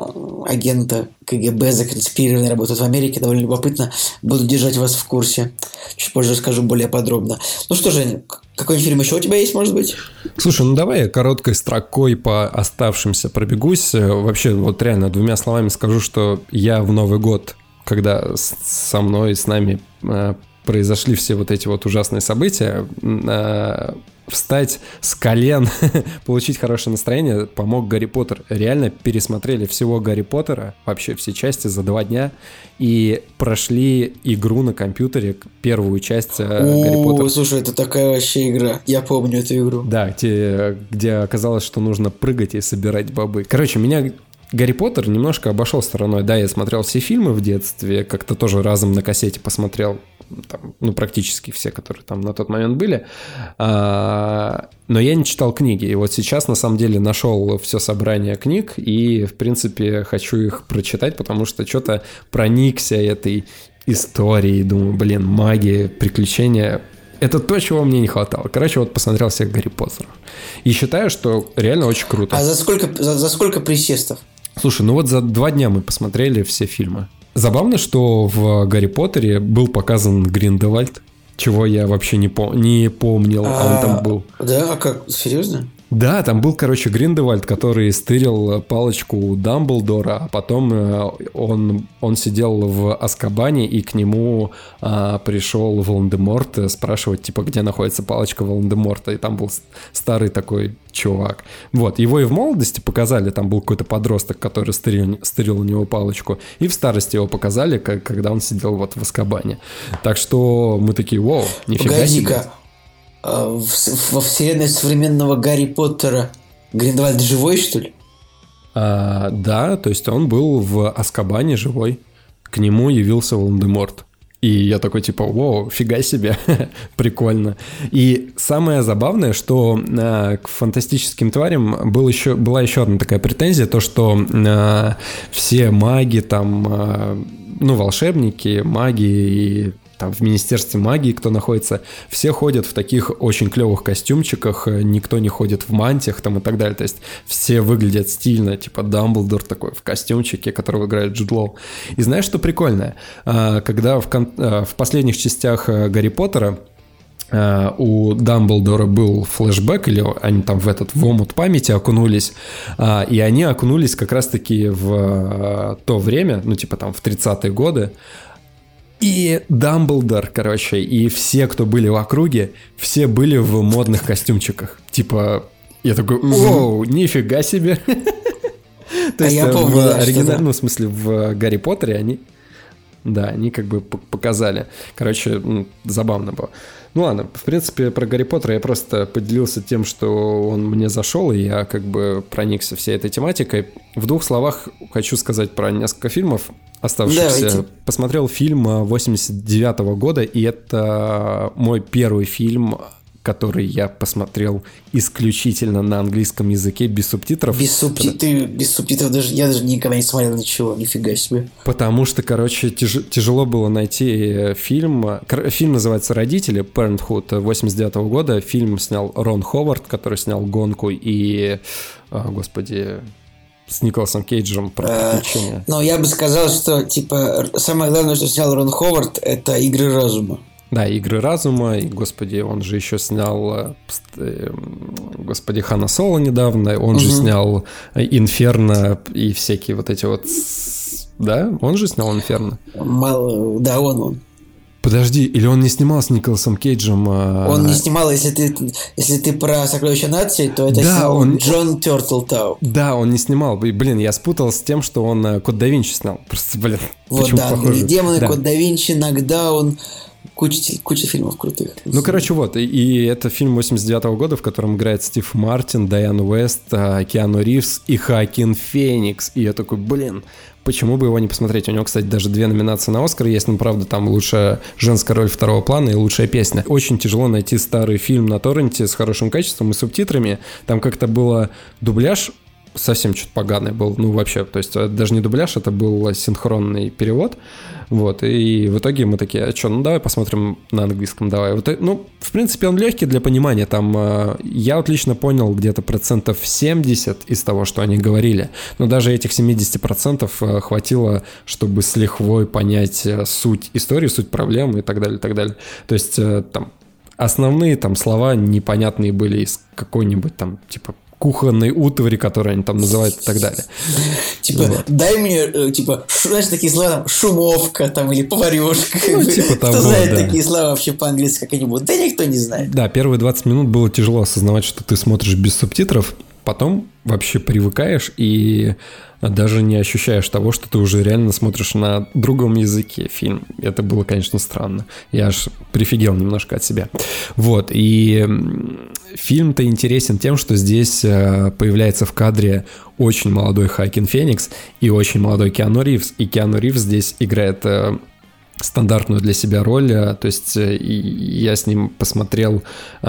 агента КГБ законспирированы, работают в Америке, довольно любопытно. Буду держать вас в курсе. Чуть позже расскажу более подробно. Ну что, Женя, какой-нибудь фильм еще у тебя есть, может быть? Слушай, ну давай я короткой строкой по оставшимся пробегусь. Вообще, вот реально, двумя словами скажу, что я в Новый год, когда со мной, с нами э, произошли все вот эти вот ужасные события, э, встать с колен, получить хорошее настроение помог Гарри Поттер. Реально пересмотрели всего Гарри Поттера, вообще все части за два дня, и прошли игру на компьютере, первую часть э, Гарри Поттера. О, слушай, это такая вообще игра. Я помню эту игру. Да, где, где оказалось, что нужно прыгать и собирать бобы. Короче, меня Гарри Поттер немножко обошел стороной. Да, я смотрел все фильмы в детстве, как-то тоже разом на кассете посмотрел. Там, ну, практически все, которые там на тот момент были. А, но я не читал книги. И вот сейчас, на самом деле, нашел все собрание книг и, в принципе, хочу их прочитать, потому что что-то проникся этой историей. Думаю, блин, магия, приключения. Это то, чего мне не хватало. Короче, вот посмотрел всех Гарри Поттеров. И считаю, что реально очень круто. А за сколько, за, за сколько присестов? Слушай, ну вот за два дня мы посмотрели все фильмы. Забавно, что в Гарри Поттере был показан Гриндевальд, чего я вообще не, пом- не помнил, а, а он там был. Да, а как? Серьезно? Да, там был, короче, Гриндевальд, который стырил палочку у Дамблдора, а потом он, он сидел в Азкабане, и к нему а, пришел Волан-де-Морт спрашивать, типа, где находится палочка Волан-де-Морта, и там был старый такой чувак. Вот, его и в молодости показали, там был какой-то подросток, который стырил, стырил у него палочку, и в старости его показали, как, когда он сидел вот в Азкабане. Так что мы такие, вау, нифига себе. Погоди-ка. Во вселенной современного Гарри Поттера Гриндевальд живой, что ли? А, да, то есть он был в Азкабане живой. К нему явился Волан-де-Морт. И я такой типа, вау, фига себе, прикольно. И самое забавное, что а, к фантастическим тварям был еще, была еще одна такая претензия, то что а, все маги там, а, ну, волшебники, маги и... там в Министерстве магии, кто находится, все ходят в таких очень клевых костюмчиках, никто не ходит в мантиях там и так далее, то есть все выглядят стильно, типа Дамблдор такой в костюмчике, которого играет Джуд Лоу. И знаешь, что прикольное? Когда в, кон- в последних частях Гарри Поттера у Дамблдора был флешбэк, или они там в этот в омут памяти окунулись, и они окунулись как раз-таки в то время, ну типа там в тридцатые годы, и Дамблдор, короче, и все, кто были в округе, все были в модных костюмчиках. Типа, я такой, оу, нифига себе. То есть в оригинальном смысле в Гарри Поттере они... Да, они как бы показали. Короче, ну, забавно было. Ну ладно, в принципе, про Гарри Поттера я просто поделился тем, что он мне зашел, и я как бы проникся всей этой тематикой. В двух словах хочу сказать про несколько фильмов оставшихся. Давайте. Посмотрел фильм восемьдесят девятого года, и это мой первый фильм, который я посмотрел исключительно на английском языке, без субтитров. Без субтитров, ты без субтитров даже, я даже никогда не смотрел ничего, нифига себе. Потому что, короче, тяж, тяжело было найти фильм. Фильм называется «Родители», Parenthood, восемьдесят девятого года. Фильм снял Рон Ховард, который снял «Гонку», и, господи, с Николасом Кейджем про приключения. Но я бы сказал, что, типа, самое главное, что снял Рон Ховард, это «Игры разума». Да, «Игры разума», и, господи, он же еще снял, господи, Хана Соло недавно, он угу. же снял «Инферно» и всякие вот эти вот... Да? Он же снял «Инферно»? Мало... Да, он, он. Подожди, или он не снимал с Николасом Кейджем? А... Он не снимал, если ты, если ты про «Сокровища нации», то это да, снял он... Джон Тёртлтау. Да, он не снимал. Блин, я спутал с тем, что он «Код да Винчи» снял. Просто, блин, вот, почему да, похоже? «Демоны», да. «Код да Винчи», «Нокдаун». Куча, куча фильмов крутых. Ну, короче, вот. И, и это фильм восемьдесят девятого года, в котором играет Стив Мартин, Дайан Уэст, Киану Ривз и Хоакин Феникс. И я такой, блин, почему бы его не посмотреть? У него, кстати, даже две номинации на Оскар есть. Ну, правда, там лучшая женская роль второго плана и лучшая песня. Очень тяжело найти старый фильм на торренте с хорошим качеством и субтитрами. Там как-то было дубляж совсем что-то поганый был, ну вообще, то есть даже не дубляж, это был синхронный перевод, вот, и в итоге мы такие, а что, ну давай посмотрим на английском, давай. Вот, ну, в принципе, он легкий для понимания, там, я отлично понял где-то процентов семьдесят из того, что они говорили, но даже этих семьдесят процентов хватило, чтобы с лихвой понять суть истории, суть проблемы и так далее, и так далее. То есть, там, основные там слова непонятные были из какой-нибудь там, типа, кухонной утвари, которые они там называют и так далее. Типа, вот. Дай мне, типа, знаешь, такие слова, там, шумовка, там, или поварешка. Ну, типа того, кто знает да. такие слова вообще по-английски, как они будут? Да никто не знает. Да, первые двадцать минут было тяжело осознавать, что ты смотришь без субтитров, потом вообще привыкаешь и даже не ощущаешь того, что ты уже реально смотришь на другом языке фильм. Это было, конечно, странно. Я аж прифигел немножко от себя. Вот, и фильм-то интересен тем, что здесь появляется в кадре очень молодой Хоакин Феникс и очень молодой Киану Ривз. И Киану Ривз здесь играет стандартную для себя роль. То есть я с ним посмотрел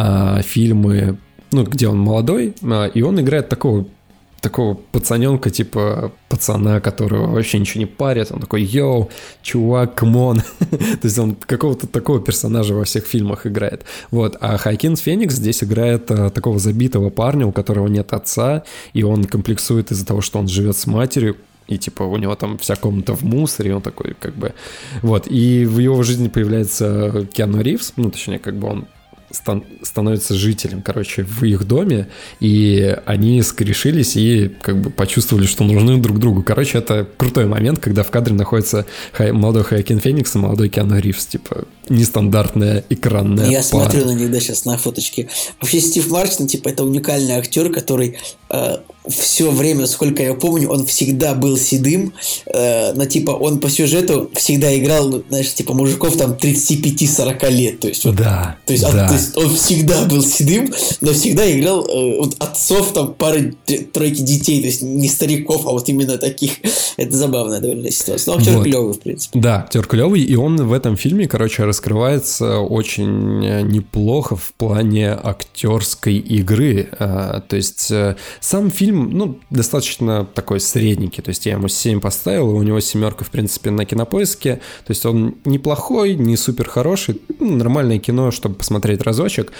фильмы, ну, где он молодой, и он играет такого такого пацаненка, типа пацана, которого вообще ничего не парит. Он такой, йоу, чувак, камон. То есть он какого-то такого персонажа во всех фильмах играет. Вот. А Хоакин Феникс здесь играет а, такого забитого парня, у которого нет отца, и он комплексует из-за того, что он живет с матерью, и типа у него там вся комната в мусоре, и он такой как бы... Вот. И в его жизни появляется Киану Ривз, ну, точнее, как бы он стан- становится жителем, короче, в их доме, и они скорешились и как бы почувствовали, что нужны друг другу. Короче, это крутой момент, когда в кадре находится хай- молодой Хоакин Феникс и молодой Киану Ривз, типа нестандартная экранная Я пара. смотрю на них, да, сейчас на фоточке. Вообще Стив Мартин, типа, это уникальный актер, который э, все время, сколько я помню, он всегда был седым, э, но типа он по сюжету всегда играл, знаешь, типа мужиков там тридцать пять сорок лет, то есть вот, Да, то есть, да. а, то есть он всегда был седым, но всегда играл э, вот отцов там пары тройки детей, то есть не стариков, а вот именно таких. Это забавная довольно ситуация. Но актер Вот. клевый, в принципе. Да, актер клевый, и он в этом фильме, короче, раскрывается очень неплохо в плане актерской игры. А, то есть сам фильм, ну, достаточно такой средненький, то есть я ему семь поставил, и у него семерка, в принципе, на Кинопоиске. То есть он неплохой, не супер хороший, ну, нормальное кино, чтобы посмотреть разочек,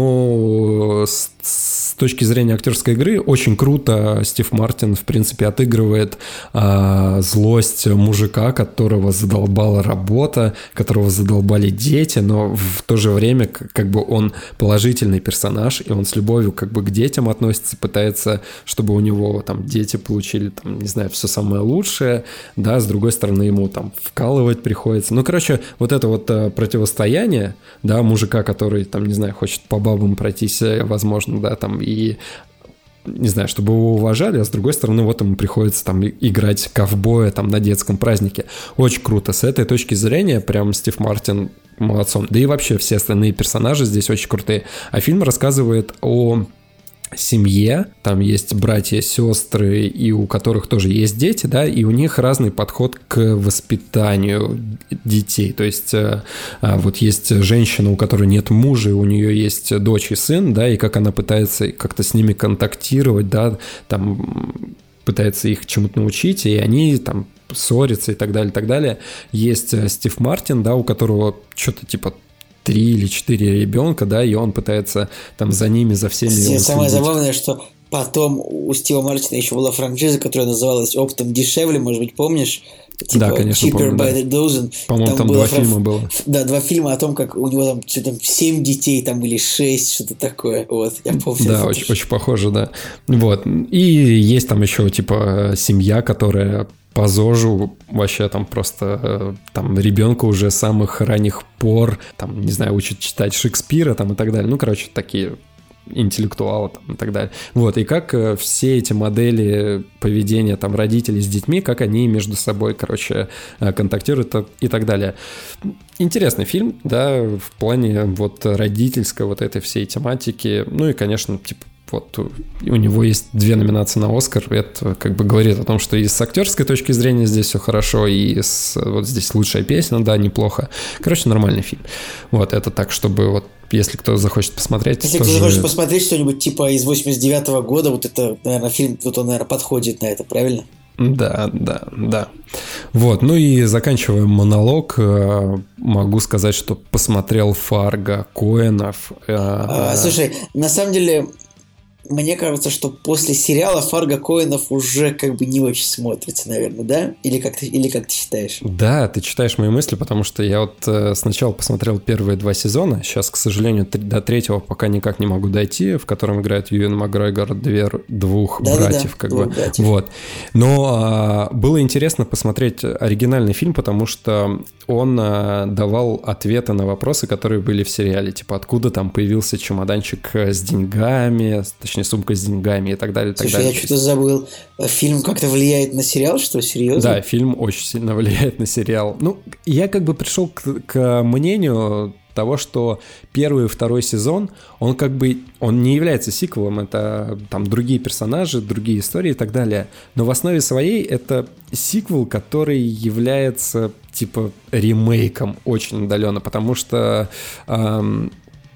но с, с точки зрения актерской игры очень круто Стив Мартин, в принципе, отыгрывает а, злость мужика, которого задолбала работа, которого задолбали дети, но в то же время как бы он положительный персонаж, и он с любовью как бы к детям относится, пытается, чтобы у него там дети получили, там, не знаю, все самое лучшее, да, с другой стороны ему там вкалывать приходится. Ну, короче, вот это вот а, противостояние, да, мужика, который там, не знаю, хочет по бабам пройтись, возможно, да, там, и не знаю, чтобы его уважали, а с другой стороны, вот ему приходится там играть ковбоя там на детском празднике. Очень круто. С этой точки зрения прям Стив Мартин молодцом. Да и вообще все остальные персонажи здесь очень крутые. А фильм рассказывает о семье, там есть братья, сестры, и у которых тоже есть дети, да, и у них разный подход к воспитанию детей. То есть вот есть женщина, у которой нет мужа, и у нее есть дочь и сын, да, и как она пытается как-то с ними контактировать, да, там пытается их чему-то научить, и они там ссорятся и так далее, и так далее. Есть Стив Мартин, да, у которого что-то типа три или четыре ребенка, да, и он пытается там за ними, за всеми... Самое следить. Забавное, что потом у Стива Мартина еще была франшиза, которая называлась «Оптом дешевле», может быть, помнишь? Типа, да, конечно, Cheaper помню, by да. the dozen. По-моему, там, там два фран... фильма было. Да, два фильма о том, как у него там что-то семь детей, там, или шесть, что-то такое. Вот, я помню. Да, очень, очень похоже, да. Вот. И есть там еще, типа, семья, которая по ЗОЖу вообще там просто там ребенка уже с самых ранних пор, там, не знаю, учат читать Шекспира там и так далее. Ну, короче, такие интеллектуалы там и так далее. Вот, и как все эти модели поведения там родителей с детьми, как они между собой, короче, контактируют и так далее. Интересный фильм, да, в плане вот родительской вот этой всей тематики. Ну и, конечно, типа, вот у него есть две номинации на Оскар. Это как бы говорит о том, что и с актерской точки зрения здесь все хорошо, и с, вот здесь лучшая песня, да, неплохо. Короче, нормальный фильм. Вот, это так, чтобы вот если кто захочет посмотреть... Если тоже... кто захочет посмотреть что-нибудь типа из восемьдесят девятого года, вот это, наверное, фильм, вот он, наверное, подходит на это, правильно? Да, да, да. Вот, ну и заканчивая монолог, могу сказать, что посмотрел «Фарго» Коэнов. А, слушай, на самом деле... Мне кажется, что после сериала «Фарго» Коэнов уже как бы не очень смотрится, наверное, да? Или как ты, или как ты считаешь? Да, ты читаешь мои мысли, потому что я вот э, сначала посмотрел первые два сезона, сейчас, к сожалению, три, до третьего пока никак не могу дойти, в котором играет Юэн Макгрегор, две, двух да, братьев, да, как двух бы. Братьев. Вот. Но э, было интересно посмотреть оригинальный фильм, потому что он э, давал ответы на вопросы, которые были в сериале, типа откуда там появился чемоданчик с деньгами, точнее, сумка с деньгами и так далее. Слушай, так далее. я что-то забыл. Фильм как-то влияет на сериал, что, серьезно? Да, фильм очень сильно влияет на сериал. Ну, я как бы пришел к, к мнению того, что первый и второй сезон, он как бы, он не является сиквелом, это там другие персонажи, другие истории и так далее, но в основе своей это сиквел, который является типа ремейком очень удаленно, потому что эм,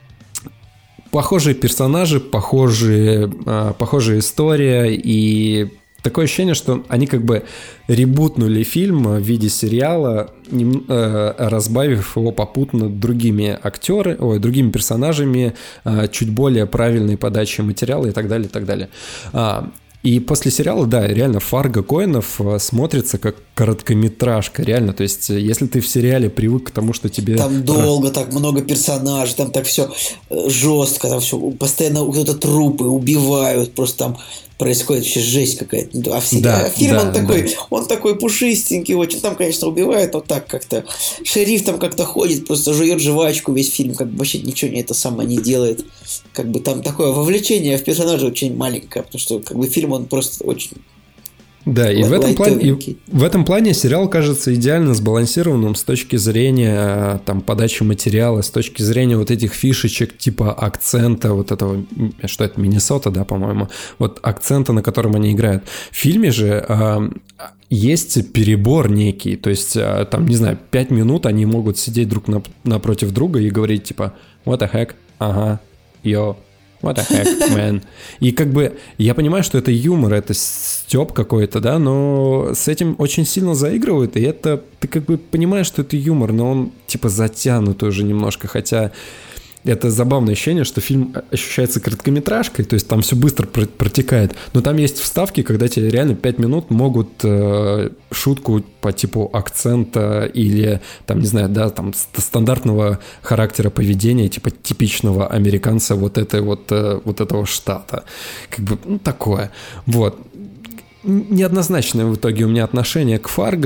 похожие персонажи, похожие, э, похожая история, и такое ощущение, что они как бы ребутнули фильм в виде сериала, нем, э, разбавив его попутно другими актерами, ой, другими персонажами, э, чуть более правильной подачей материала и так далее, и так далее. А, и после сериала, да, реально «Фарго» Коэнов смотрится как короткометражка, реально. То есть, если ты в сериале привык к тому, что тебе... Там долго, так много персонажей, там так все жестко, там все, постоянно кто-то трупы убивают, просто там происходит вообще жесть какая-то. А, все, да, а фильм, да, он такой, да. он такой пушистенький очень. Там, конечно, убивают, но так как-то. Шериф там как-то ходит, просто жует жвачку весь фильм, как бы вообще ничего не это самое не делает. Как бы там такое вовлечение в персонажа очень маленькое, потому что как бы фильм, он просто очень... Да, и в, этом плане, и в этом плане сериал кажется идеально сбалансированным с точки зрения там, подачи материала, с точки зрения вот этих фишечек типа акцента, вот этого, что это, Миннесота, да, по-моему, вот акцента, на котором они играют. В фильме же э, есть перебор некий, то есть э, там, не знаю, пять минут они могут сидеть друг на, напротив друга и говорить типа what the heck, ага, йо, what the heck, man. И как бы я понимаю, что это юмор, это стёб какой-то, да, но с этим очень сильно заигрывают, и это, ты как бы понимаешь, что это юмор, но он типа затянут уже немножко, хотя это забавное ощущение, что фильм ощущается короткометражкой, то есть там все быстро протекает, но там есть вставки, когда тебе реально пять минут могут э, шутку по типу акцента или там, не знаю, да, там стандартного характера поведения, типа типичного американца вот этой вот, э, вот этого штата. Как бы, ну, такое. Вот. Неоднозначное в итоге у меня отношение к «Фарго».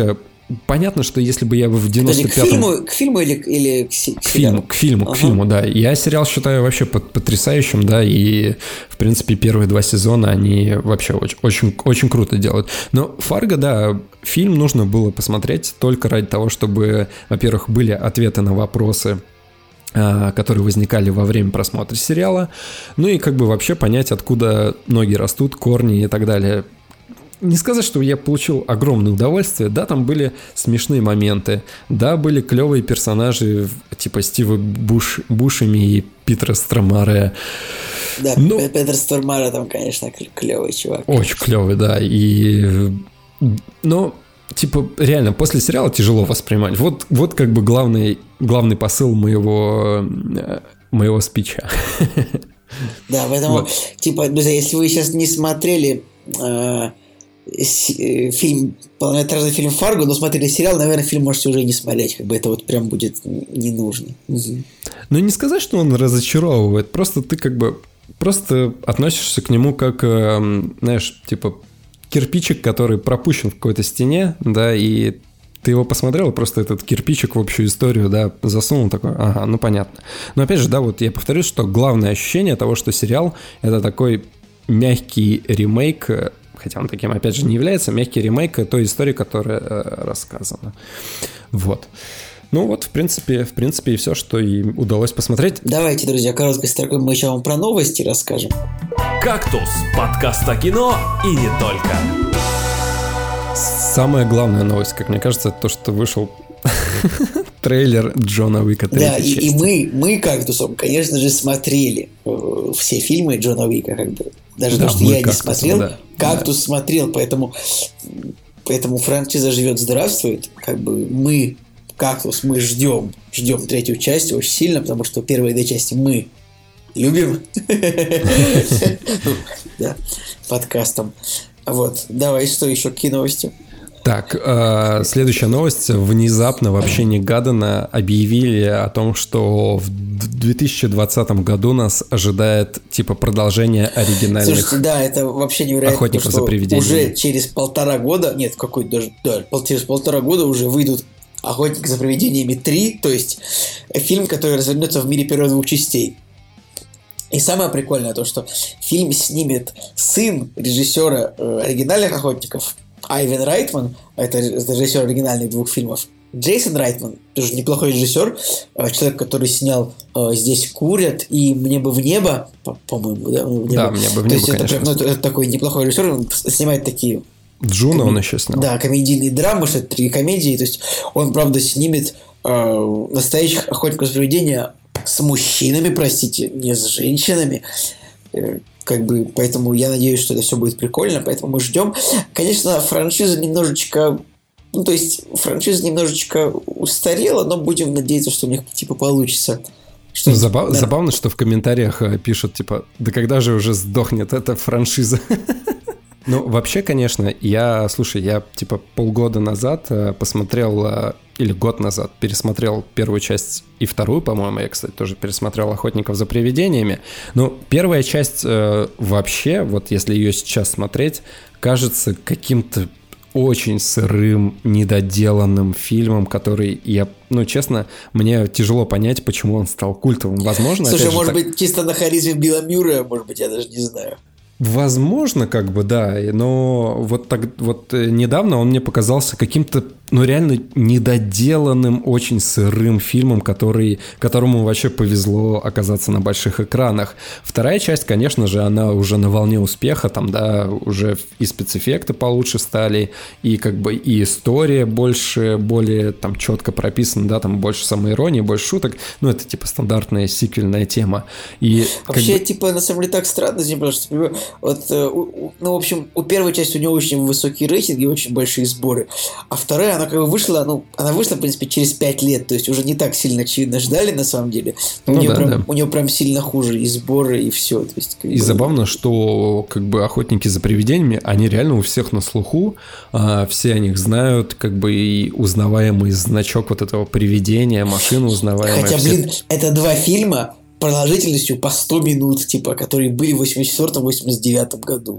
понятно, что если бы я бы в девяносто пятом... К фильму, к фильму или, или к, си- к фильму? К фильму, ага. к фильму, да. Я сериал считаю вообще потрясающим, да, и, в принципе, первые два сезона они вообще очень, очень, очень круто делают. Но «Фарго», да, фильм нужно было посмотреть только ради того, чтобы, во-первых, были ответы на вопросы, которые возникали во время просмотра сериала, ну и как бы вообще понять, откуда ноги растут, корни и так далее. Не сказать, что я получил огромное удовольствие. Да, там были смешные моменты. Да, были клевые персонажи, типа Стива Буш, Бушеми и Питера Стромаре. Да, но... Питер Стромаре там, конечно, клевый чувак. Очень клевый, да. И... Но, типа, реально, после сериала тяжело воспринимать. Вот, вот как бы главный, главный посыл моего, моего спича. Да, поэтому, вот. Типа, друзья, если вы сейчас не смотрели... Э- фильм, полнометражный фильм «Фарго», но смотрели сериал, наверное, фильм можете уже не смотреть, как бы это вот прям будет не нужно. Угу. Ну, не сказать, что он разочаровывает, просто ты как бы просто относишься к нему как, э, знаешь, типа кирпичик, который пропущен в какой-то стене, да, и ты его посмотрел, просто этот кирпичик в общую историю, да, засунул такой, ага, ну понятно. Но опять же, да, вот я повторюсь, что главное ощущение того, что сериал — это такой мягкий ремейк, хотя он таким, опять же, не является, мягкий ремейк той истории, которая э, рассказана. Вот. Ну вот, в принципе, в принципе, и все, что и удалось посмотреть. Давайте, друзья, короткой строкой мы еще вам про новости расскажем. «Кактус» – подкаст о кино и не только. Самая главная новость, как мне кажется, то, что вышел трейлер Джона Уика третьей Да, и, части. и мы, мы кактусом, конечно же, смотрели э, все фильмы Джона Уика, как бы. Даже да, то, что я не смотрел, да. Кактус да. смотрел, поэтому, поэтому франшиза живет, здравствует. Как бы мы, Кактус, мы ждем, ждем третью часть очень сильно, потому что первые две части мы любим. Да, подкастом. Вот, давай, что еще, какие новости? Так, э, следующая новость. Внезапно, вообще негаданно объявили о том, что в две тысячи двадцатом году нас ожидает типа продолжение оригинальных. Слушайте, да, это вообще невероятно, «Охотников что за привидениями». Уже через полтора года, нет, какой даже, да, через полтора года уже выйдут «Охотник за привидениями три», то есть фильм, который развернется в мире первых двух частей. И самое прикольное то, что фильм снимет сын режиссера э, оригинальных «Охотников», Айвен Райтман, это режиссер оригинальных двух фильмов. Джейсон Райтман, тоже неплохой режиссер, человек, который снял э, «Здесь курят» и «Мне бы в небо», по- по-моему, да? «Мне бы в небо». Да, «Мне бы в небо», то есть конечно. Это, прям, ну, это, это такой неплохой режиссер, он снимает такие... Джуна коми... он еще снял. Да, комедийные драмы, что-то три комедии, то есть он, правда, снимет э, настоящих «Охотников за привидения» с мужчинами, простите, не с женщинами. Э, Как бы, поэтому я надеюсь, что это все будет прикольно, поэтому мы ждем. Конечно, франшиза немножечко, ну, то есть, франшиза немножечко устарела, но будем надеяться, что у них, типа, получится. Что ну, забав, да. Забавно, что в комментариях пишут, типа, да когда же уже сдохнет эта франшиза? Ну, вообще, конечно, я, слушай, я, типа, полгода назад посмотрел, или год назад пересмотрел первую часть и вторую, по-моему, я, кстати, тоже пересмотрел «Охотников за привидениями». Но первая часть э, вообще, вот если ее сейчас смотреть, кажется каким-то очень сырым, недоделанным фильмом, который я, ну, честно, мне тяжело понять, почему он стал культовым. Возможно, Слушай, же, может так... быть, чисто на харизме Билла Мюррея, может быть, я даже не знаю. Возможно, как бы, да, но вот, так, вот недавно он мне показался каким-то, ну, реально недоделанным, очень сырым фильмом, который, которому вообще повезло оказаться на больших экранах. Вторая часть, конечно же, она уже на волне успеха, там, да, уже и спецэффекты получше стали, и как бы и история больше, более там четко прописана, да, там больше самоиронии, больше шуток, ну, это типа стандартная сиквельная тема. И, вообще, бы... типа, на самом деле так странно, потому что вот, ну, в общем, у первой части у него очень высокие рейтинги, очень большие сборы, а вторая, она как бы вышла, ну, она вышла, в принципе, через пять лет, то есть уже не так сильно, очевидно, ждали, на самом деле. Ну, у, нее да, прям, да. у нее прям сильно хуже и сборы, и все. То есть, и бы... забавно, что как бы «Охотники за привидениями», они реально у всех на слуху, а, все о них знают, как бы и узнаваемый значок вот этого привидения, машина узнаваемая. Хотя, все... блин, это два фильма продолжительностью по сто минут, типа, которые были в восемьдесят четвёртом — восемьдесят девятом году.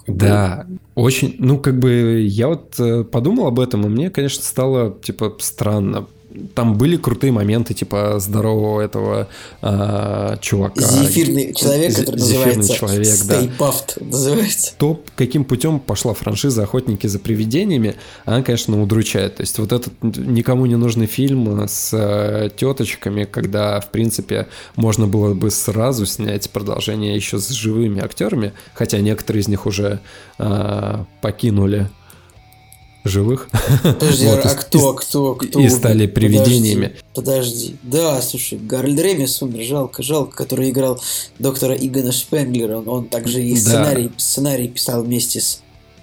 Да, очень, ну, как бы, я вот э, подумал об этом, и мне, конечно, стало, типа, странно. Там были крутые моменты, типа, здорового этого э, чувака. Зефирный человек, З- который зефирный называется человек, да. Stay Puft, называется. То, каким путем пошла франшиза «Охотники за привидениями», она, конечно, удручает. То есть вот этот никому не нужный фильм с э, теточками, когда, в принципе, можно было бы сразу снять продолжение еще с живыми актерами, хотя некоторые из них уже э, покинули живых. Подожди, Вот, а и- кто, и- кто, кто? и умер? стали привидениями. Подожди, подожди. Да, слушай, Гарольд Ремис умер, жалко, жалко, который играл доктора Игона Шпенглера. Он, он также и Да. сценарий, сценарий писал вместе с...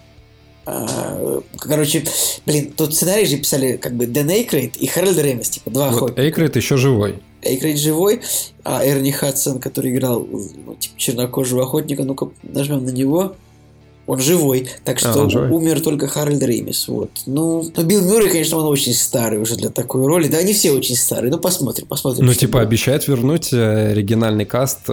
а, короче, блин, тут сценарий же писали как бы Дэн Эйкройд и Харольд Ремис, типа два Вот охотника. Эйкройд еще живой. Эйкройд живой, а Эрни Хадсон, который играл ну, типа, чернокожего охотника, ну-ка нажмем на него. Он живой, так что А, он живой. умер только Харольд Ремис. Вот. Ну, ну, Билл Мюррей, конечно, он очень старый уже для такой роли. Да, они все очень старые. Ну, посмотрим, посмотрим. Ну, что типа, будет. обещают вернуть э, оригинальный каст.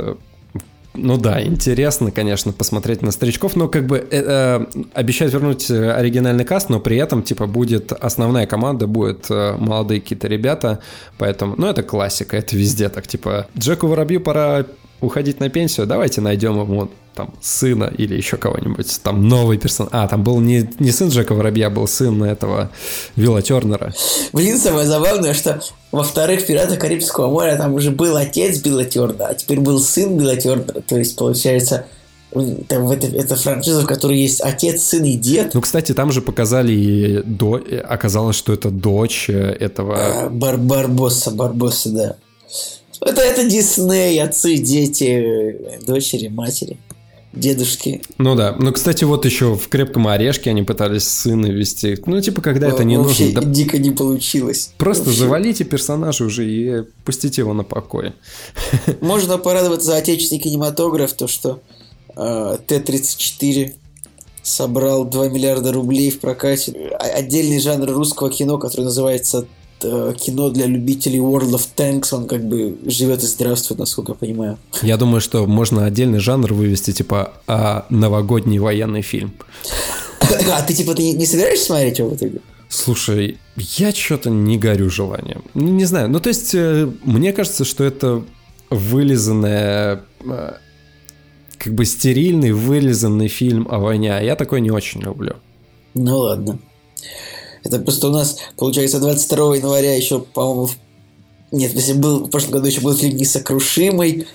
Ну да, интересно, конечно, посмотреть на старичков, но как бы э, э, обещают вернуть э, оригинальный каст, но при этом, типа, будет основная команда, будет э, молодые какие-то ребята, поэтому, ну, это классика, это везде так, типа, Джеку Воробью пора уходить на пенсию, давайте найдем ему там сына или еще кого-нибудь, там новый персонаж. А, там был не, не сын Джека Воробья, был сын этого Вилла Тернера. Блин, самое забавное, что во вторых «Пиратах Карибского моря» там уже был отец Билла Тернера, а теперь был сын Билла Тернера. То есть, получается, там, это, это франшиза, в которой есть отец, сын и дед. Ну, кстати, там же показали и до... оказалось, что это дочь этого... А, Бар Барбосса, Барбосса, да. Это, это Дисней, отцы, дети, дочери, матери, дедушки. Ну да. Ну, кстати, вот еще в «Крепком орешке» они пытались сына ввести. Ну, типа, когда это не Вообще нужно. Да дико не получилось. просто Вообще. завалите персонажа уже и пустите его на покой. Можно порадоваться за отечественный кинематограф, то, что э, Т тридцать четыре собрал два миллиарда рублей в прокате. А- Отдельный жанр русского кино, который называется э, кино для любителей World of Tanks, он как бы живет и здравствует, насколько я понимаю. Я думаю, что можно отдельный жанр вывести, типа, а, новогодний военный фильм. А ты типа ты не, не собираешься смотреть его в итоге? Слушай, я что-то не горю желанием. Ну, не знаю. Ну, то есть, э, мне кажется, что это вылизанная, э, как бы стерильный, вылизанный фильм о войне. А я такой не очень люблю. Ну ладно. Это просто у нас, получается, двадцать второго января еще, по-моему, в- нет, если был в прошлом году еще был фильм «Несокрушимый»,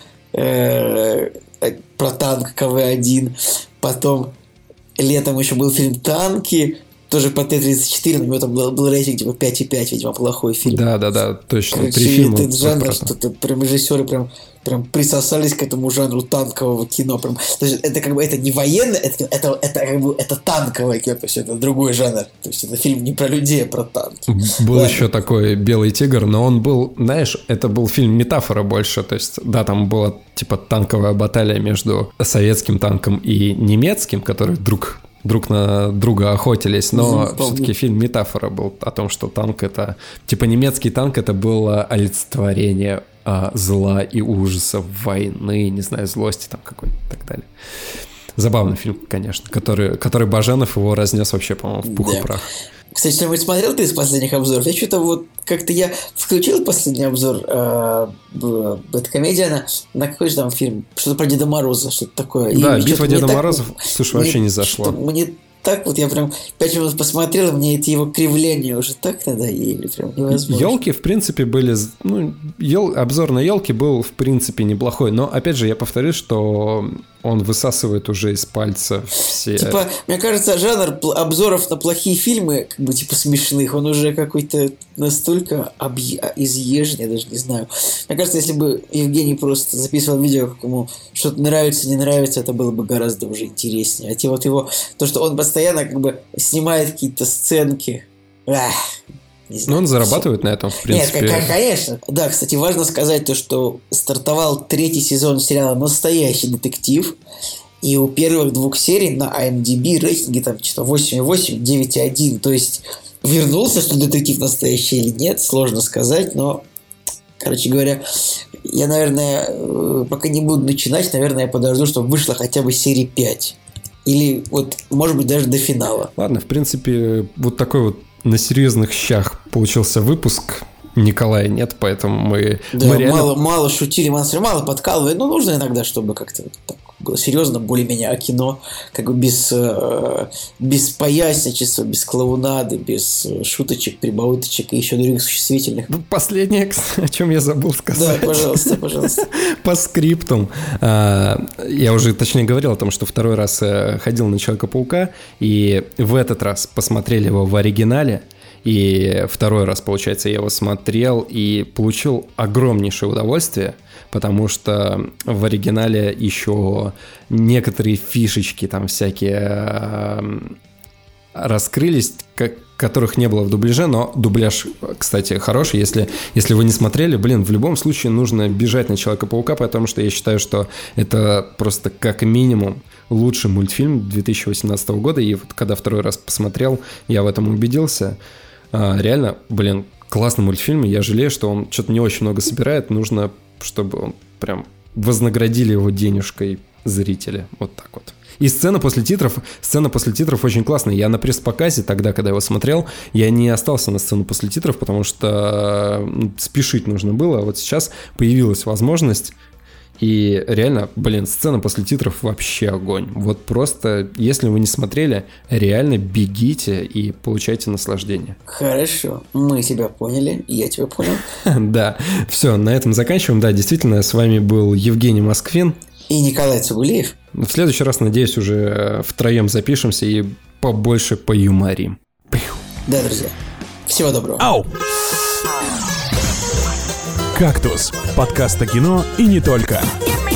э, э, про танк К В один. Потом летом еще был фильм «Танки», тоже по Т тридцать четыре, но у него там был, был рейтинг типа пять и пять, видимо, плохой фильм. Да, да, да, точно. Короче, Три фильма. этот вот жанр, про- что-то прям режиссеры прям, прям присосались к этому жанру танкового кино. Прям, то есть это как бы это не военное, это, это, это как бы это танковое кино, то есть это другой жанр. То есть это фильм не про людей, а про танки. Был Ладно. еще такой «Белый тигр», но он был, знаешь, это был фильм метафора больше. То есть, да, там была типа танковая баталия между советским танком и немецким, которые друг, друг на друга охотились. Но Мгм, помню. все-таки фильм метафора был о том, что танк это... Типа немецкий танк это было олицетворение а, зла и ужаса войны, не знаю, злости там какой-то и так далее. Забавный фильм, конечно, который, который Баженов его разнес вообще, по-моему, в пух и Да. прах. Кстати, что-нибудь смотрел ты из последних обзоров? Я что-то вот как-то я включил последний обзор э, Б- Бэткомедиана на какой же там фильм? Что-то про Деда Мороза, что-то такое. И Да, что-то «Битва мне Деда так- Морозов», слушай, мне вообще не зашло. что- Мне так вот, я прям пять минут посмотрел, и мне эти его кривления уже так надоели, прям невозможно. Елки, в принципе, были... з- Ну, ел- обзор на елки был, в принципе, неплохой. Но, опять же, я повторюсь, что он высасывает уже из пальца все... Типа, мне кажется, жанр пл- обзоров на плохие фильмы, как бы, типа, смешных, он уже какой-то настолько объ... изъезжен, я даже не знаю. Мне кажется, если бы Евгений просто записывал видео, как ему что-то нравится, не нравится, это было бы гораздо уже интереснее. А те вот его... То, что он постоянно, как бы, снимает какие-то сценки... Ах, не знаю. Но он зарабатывает на этом, в принципе. Нет, к- конечно. Да, кстати, важно сказать то, что стартовал третий сезон сериала «Настоящий детектив», и у первых двух серий на ай эм ди би рейтинги там что-то восемь и восемь, девять и один. То есть вернулся, что детектив настоящий или нет, сложно сказать, но, короче говоря, я, наверное, э, пока не буду начинать, наверное, я подожду, чтобы вышло хотя бы серии пять. Или вот, может быть, даже до финала. Ладно, в принципе, вот такой вот на серьезных щах получился выпуск. Николая нет, поэтому мы... Да, мы реально... мало, мало шутили, мало подкалывали. Ну, нужно иногда, чтобы как-то так было серьезно, более-менее, а кино как бы без, без поясничества, без клоунады, без шуточек, прибауточек и еще других существительных. Последнее, о чем я забыл сказать. Да, пожалуйста, пожалуйста. По скриптум. Я уже точнее говорил о том, что второй раз ходил на Человека-паука, и в этот раз посмотрели его в оригинале. И второй раз, получается, я его смотрел и получил огромнейшее удовольствие, потому что в оригинале еще некоторые фишечки там всякие раскрылись, как, которых не было в дубляже, но дубляж, кстати, хороший. Если, если вы не смотрели, блин, в любом случае нужно бежать на Человека-паука, потому что я считаю, что это просто как минимум лучший мультфильм две тысячи восемнадцатого года, и вот когда второй раз посмотрел, я в этом убедился. А, реально, блин, классный мультфильм, я жалею, что он что-то не очень много собирает, нужно, чтобы он прям вознаградили его денежкой зрители, вот так вот. И сцена после титров, сцена после титров очень классная. Я на пресс-показе тогда, когда его смотрел, я не остался на сцену после титров, потому что ну, спешить нужно было, а вот сейчас появилась возможность. И реально, блин, сцена после титров вообще огонь. Вот просто, если вы не смотрели, реально бегите и получайте наслаждение. Хорошо, мы тебя поняли, я тебя понял. Да, все, на этом заканчиваем. Да, действительно, с вами был Евгений Москвин. И Николай Цугулиев. В следующий раз, надеюсь, уже втроем запишемся и побольше поюморим. Да, друзья. Всего доброго. Ау! «Кактус» – подкаст о кино и не только.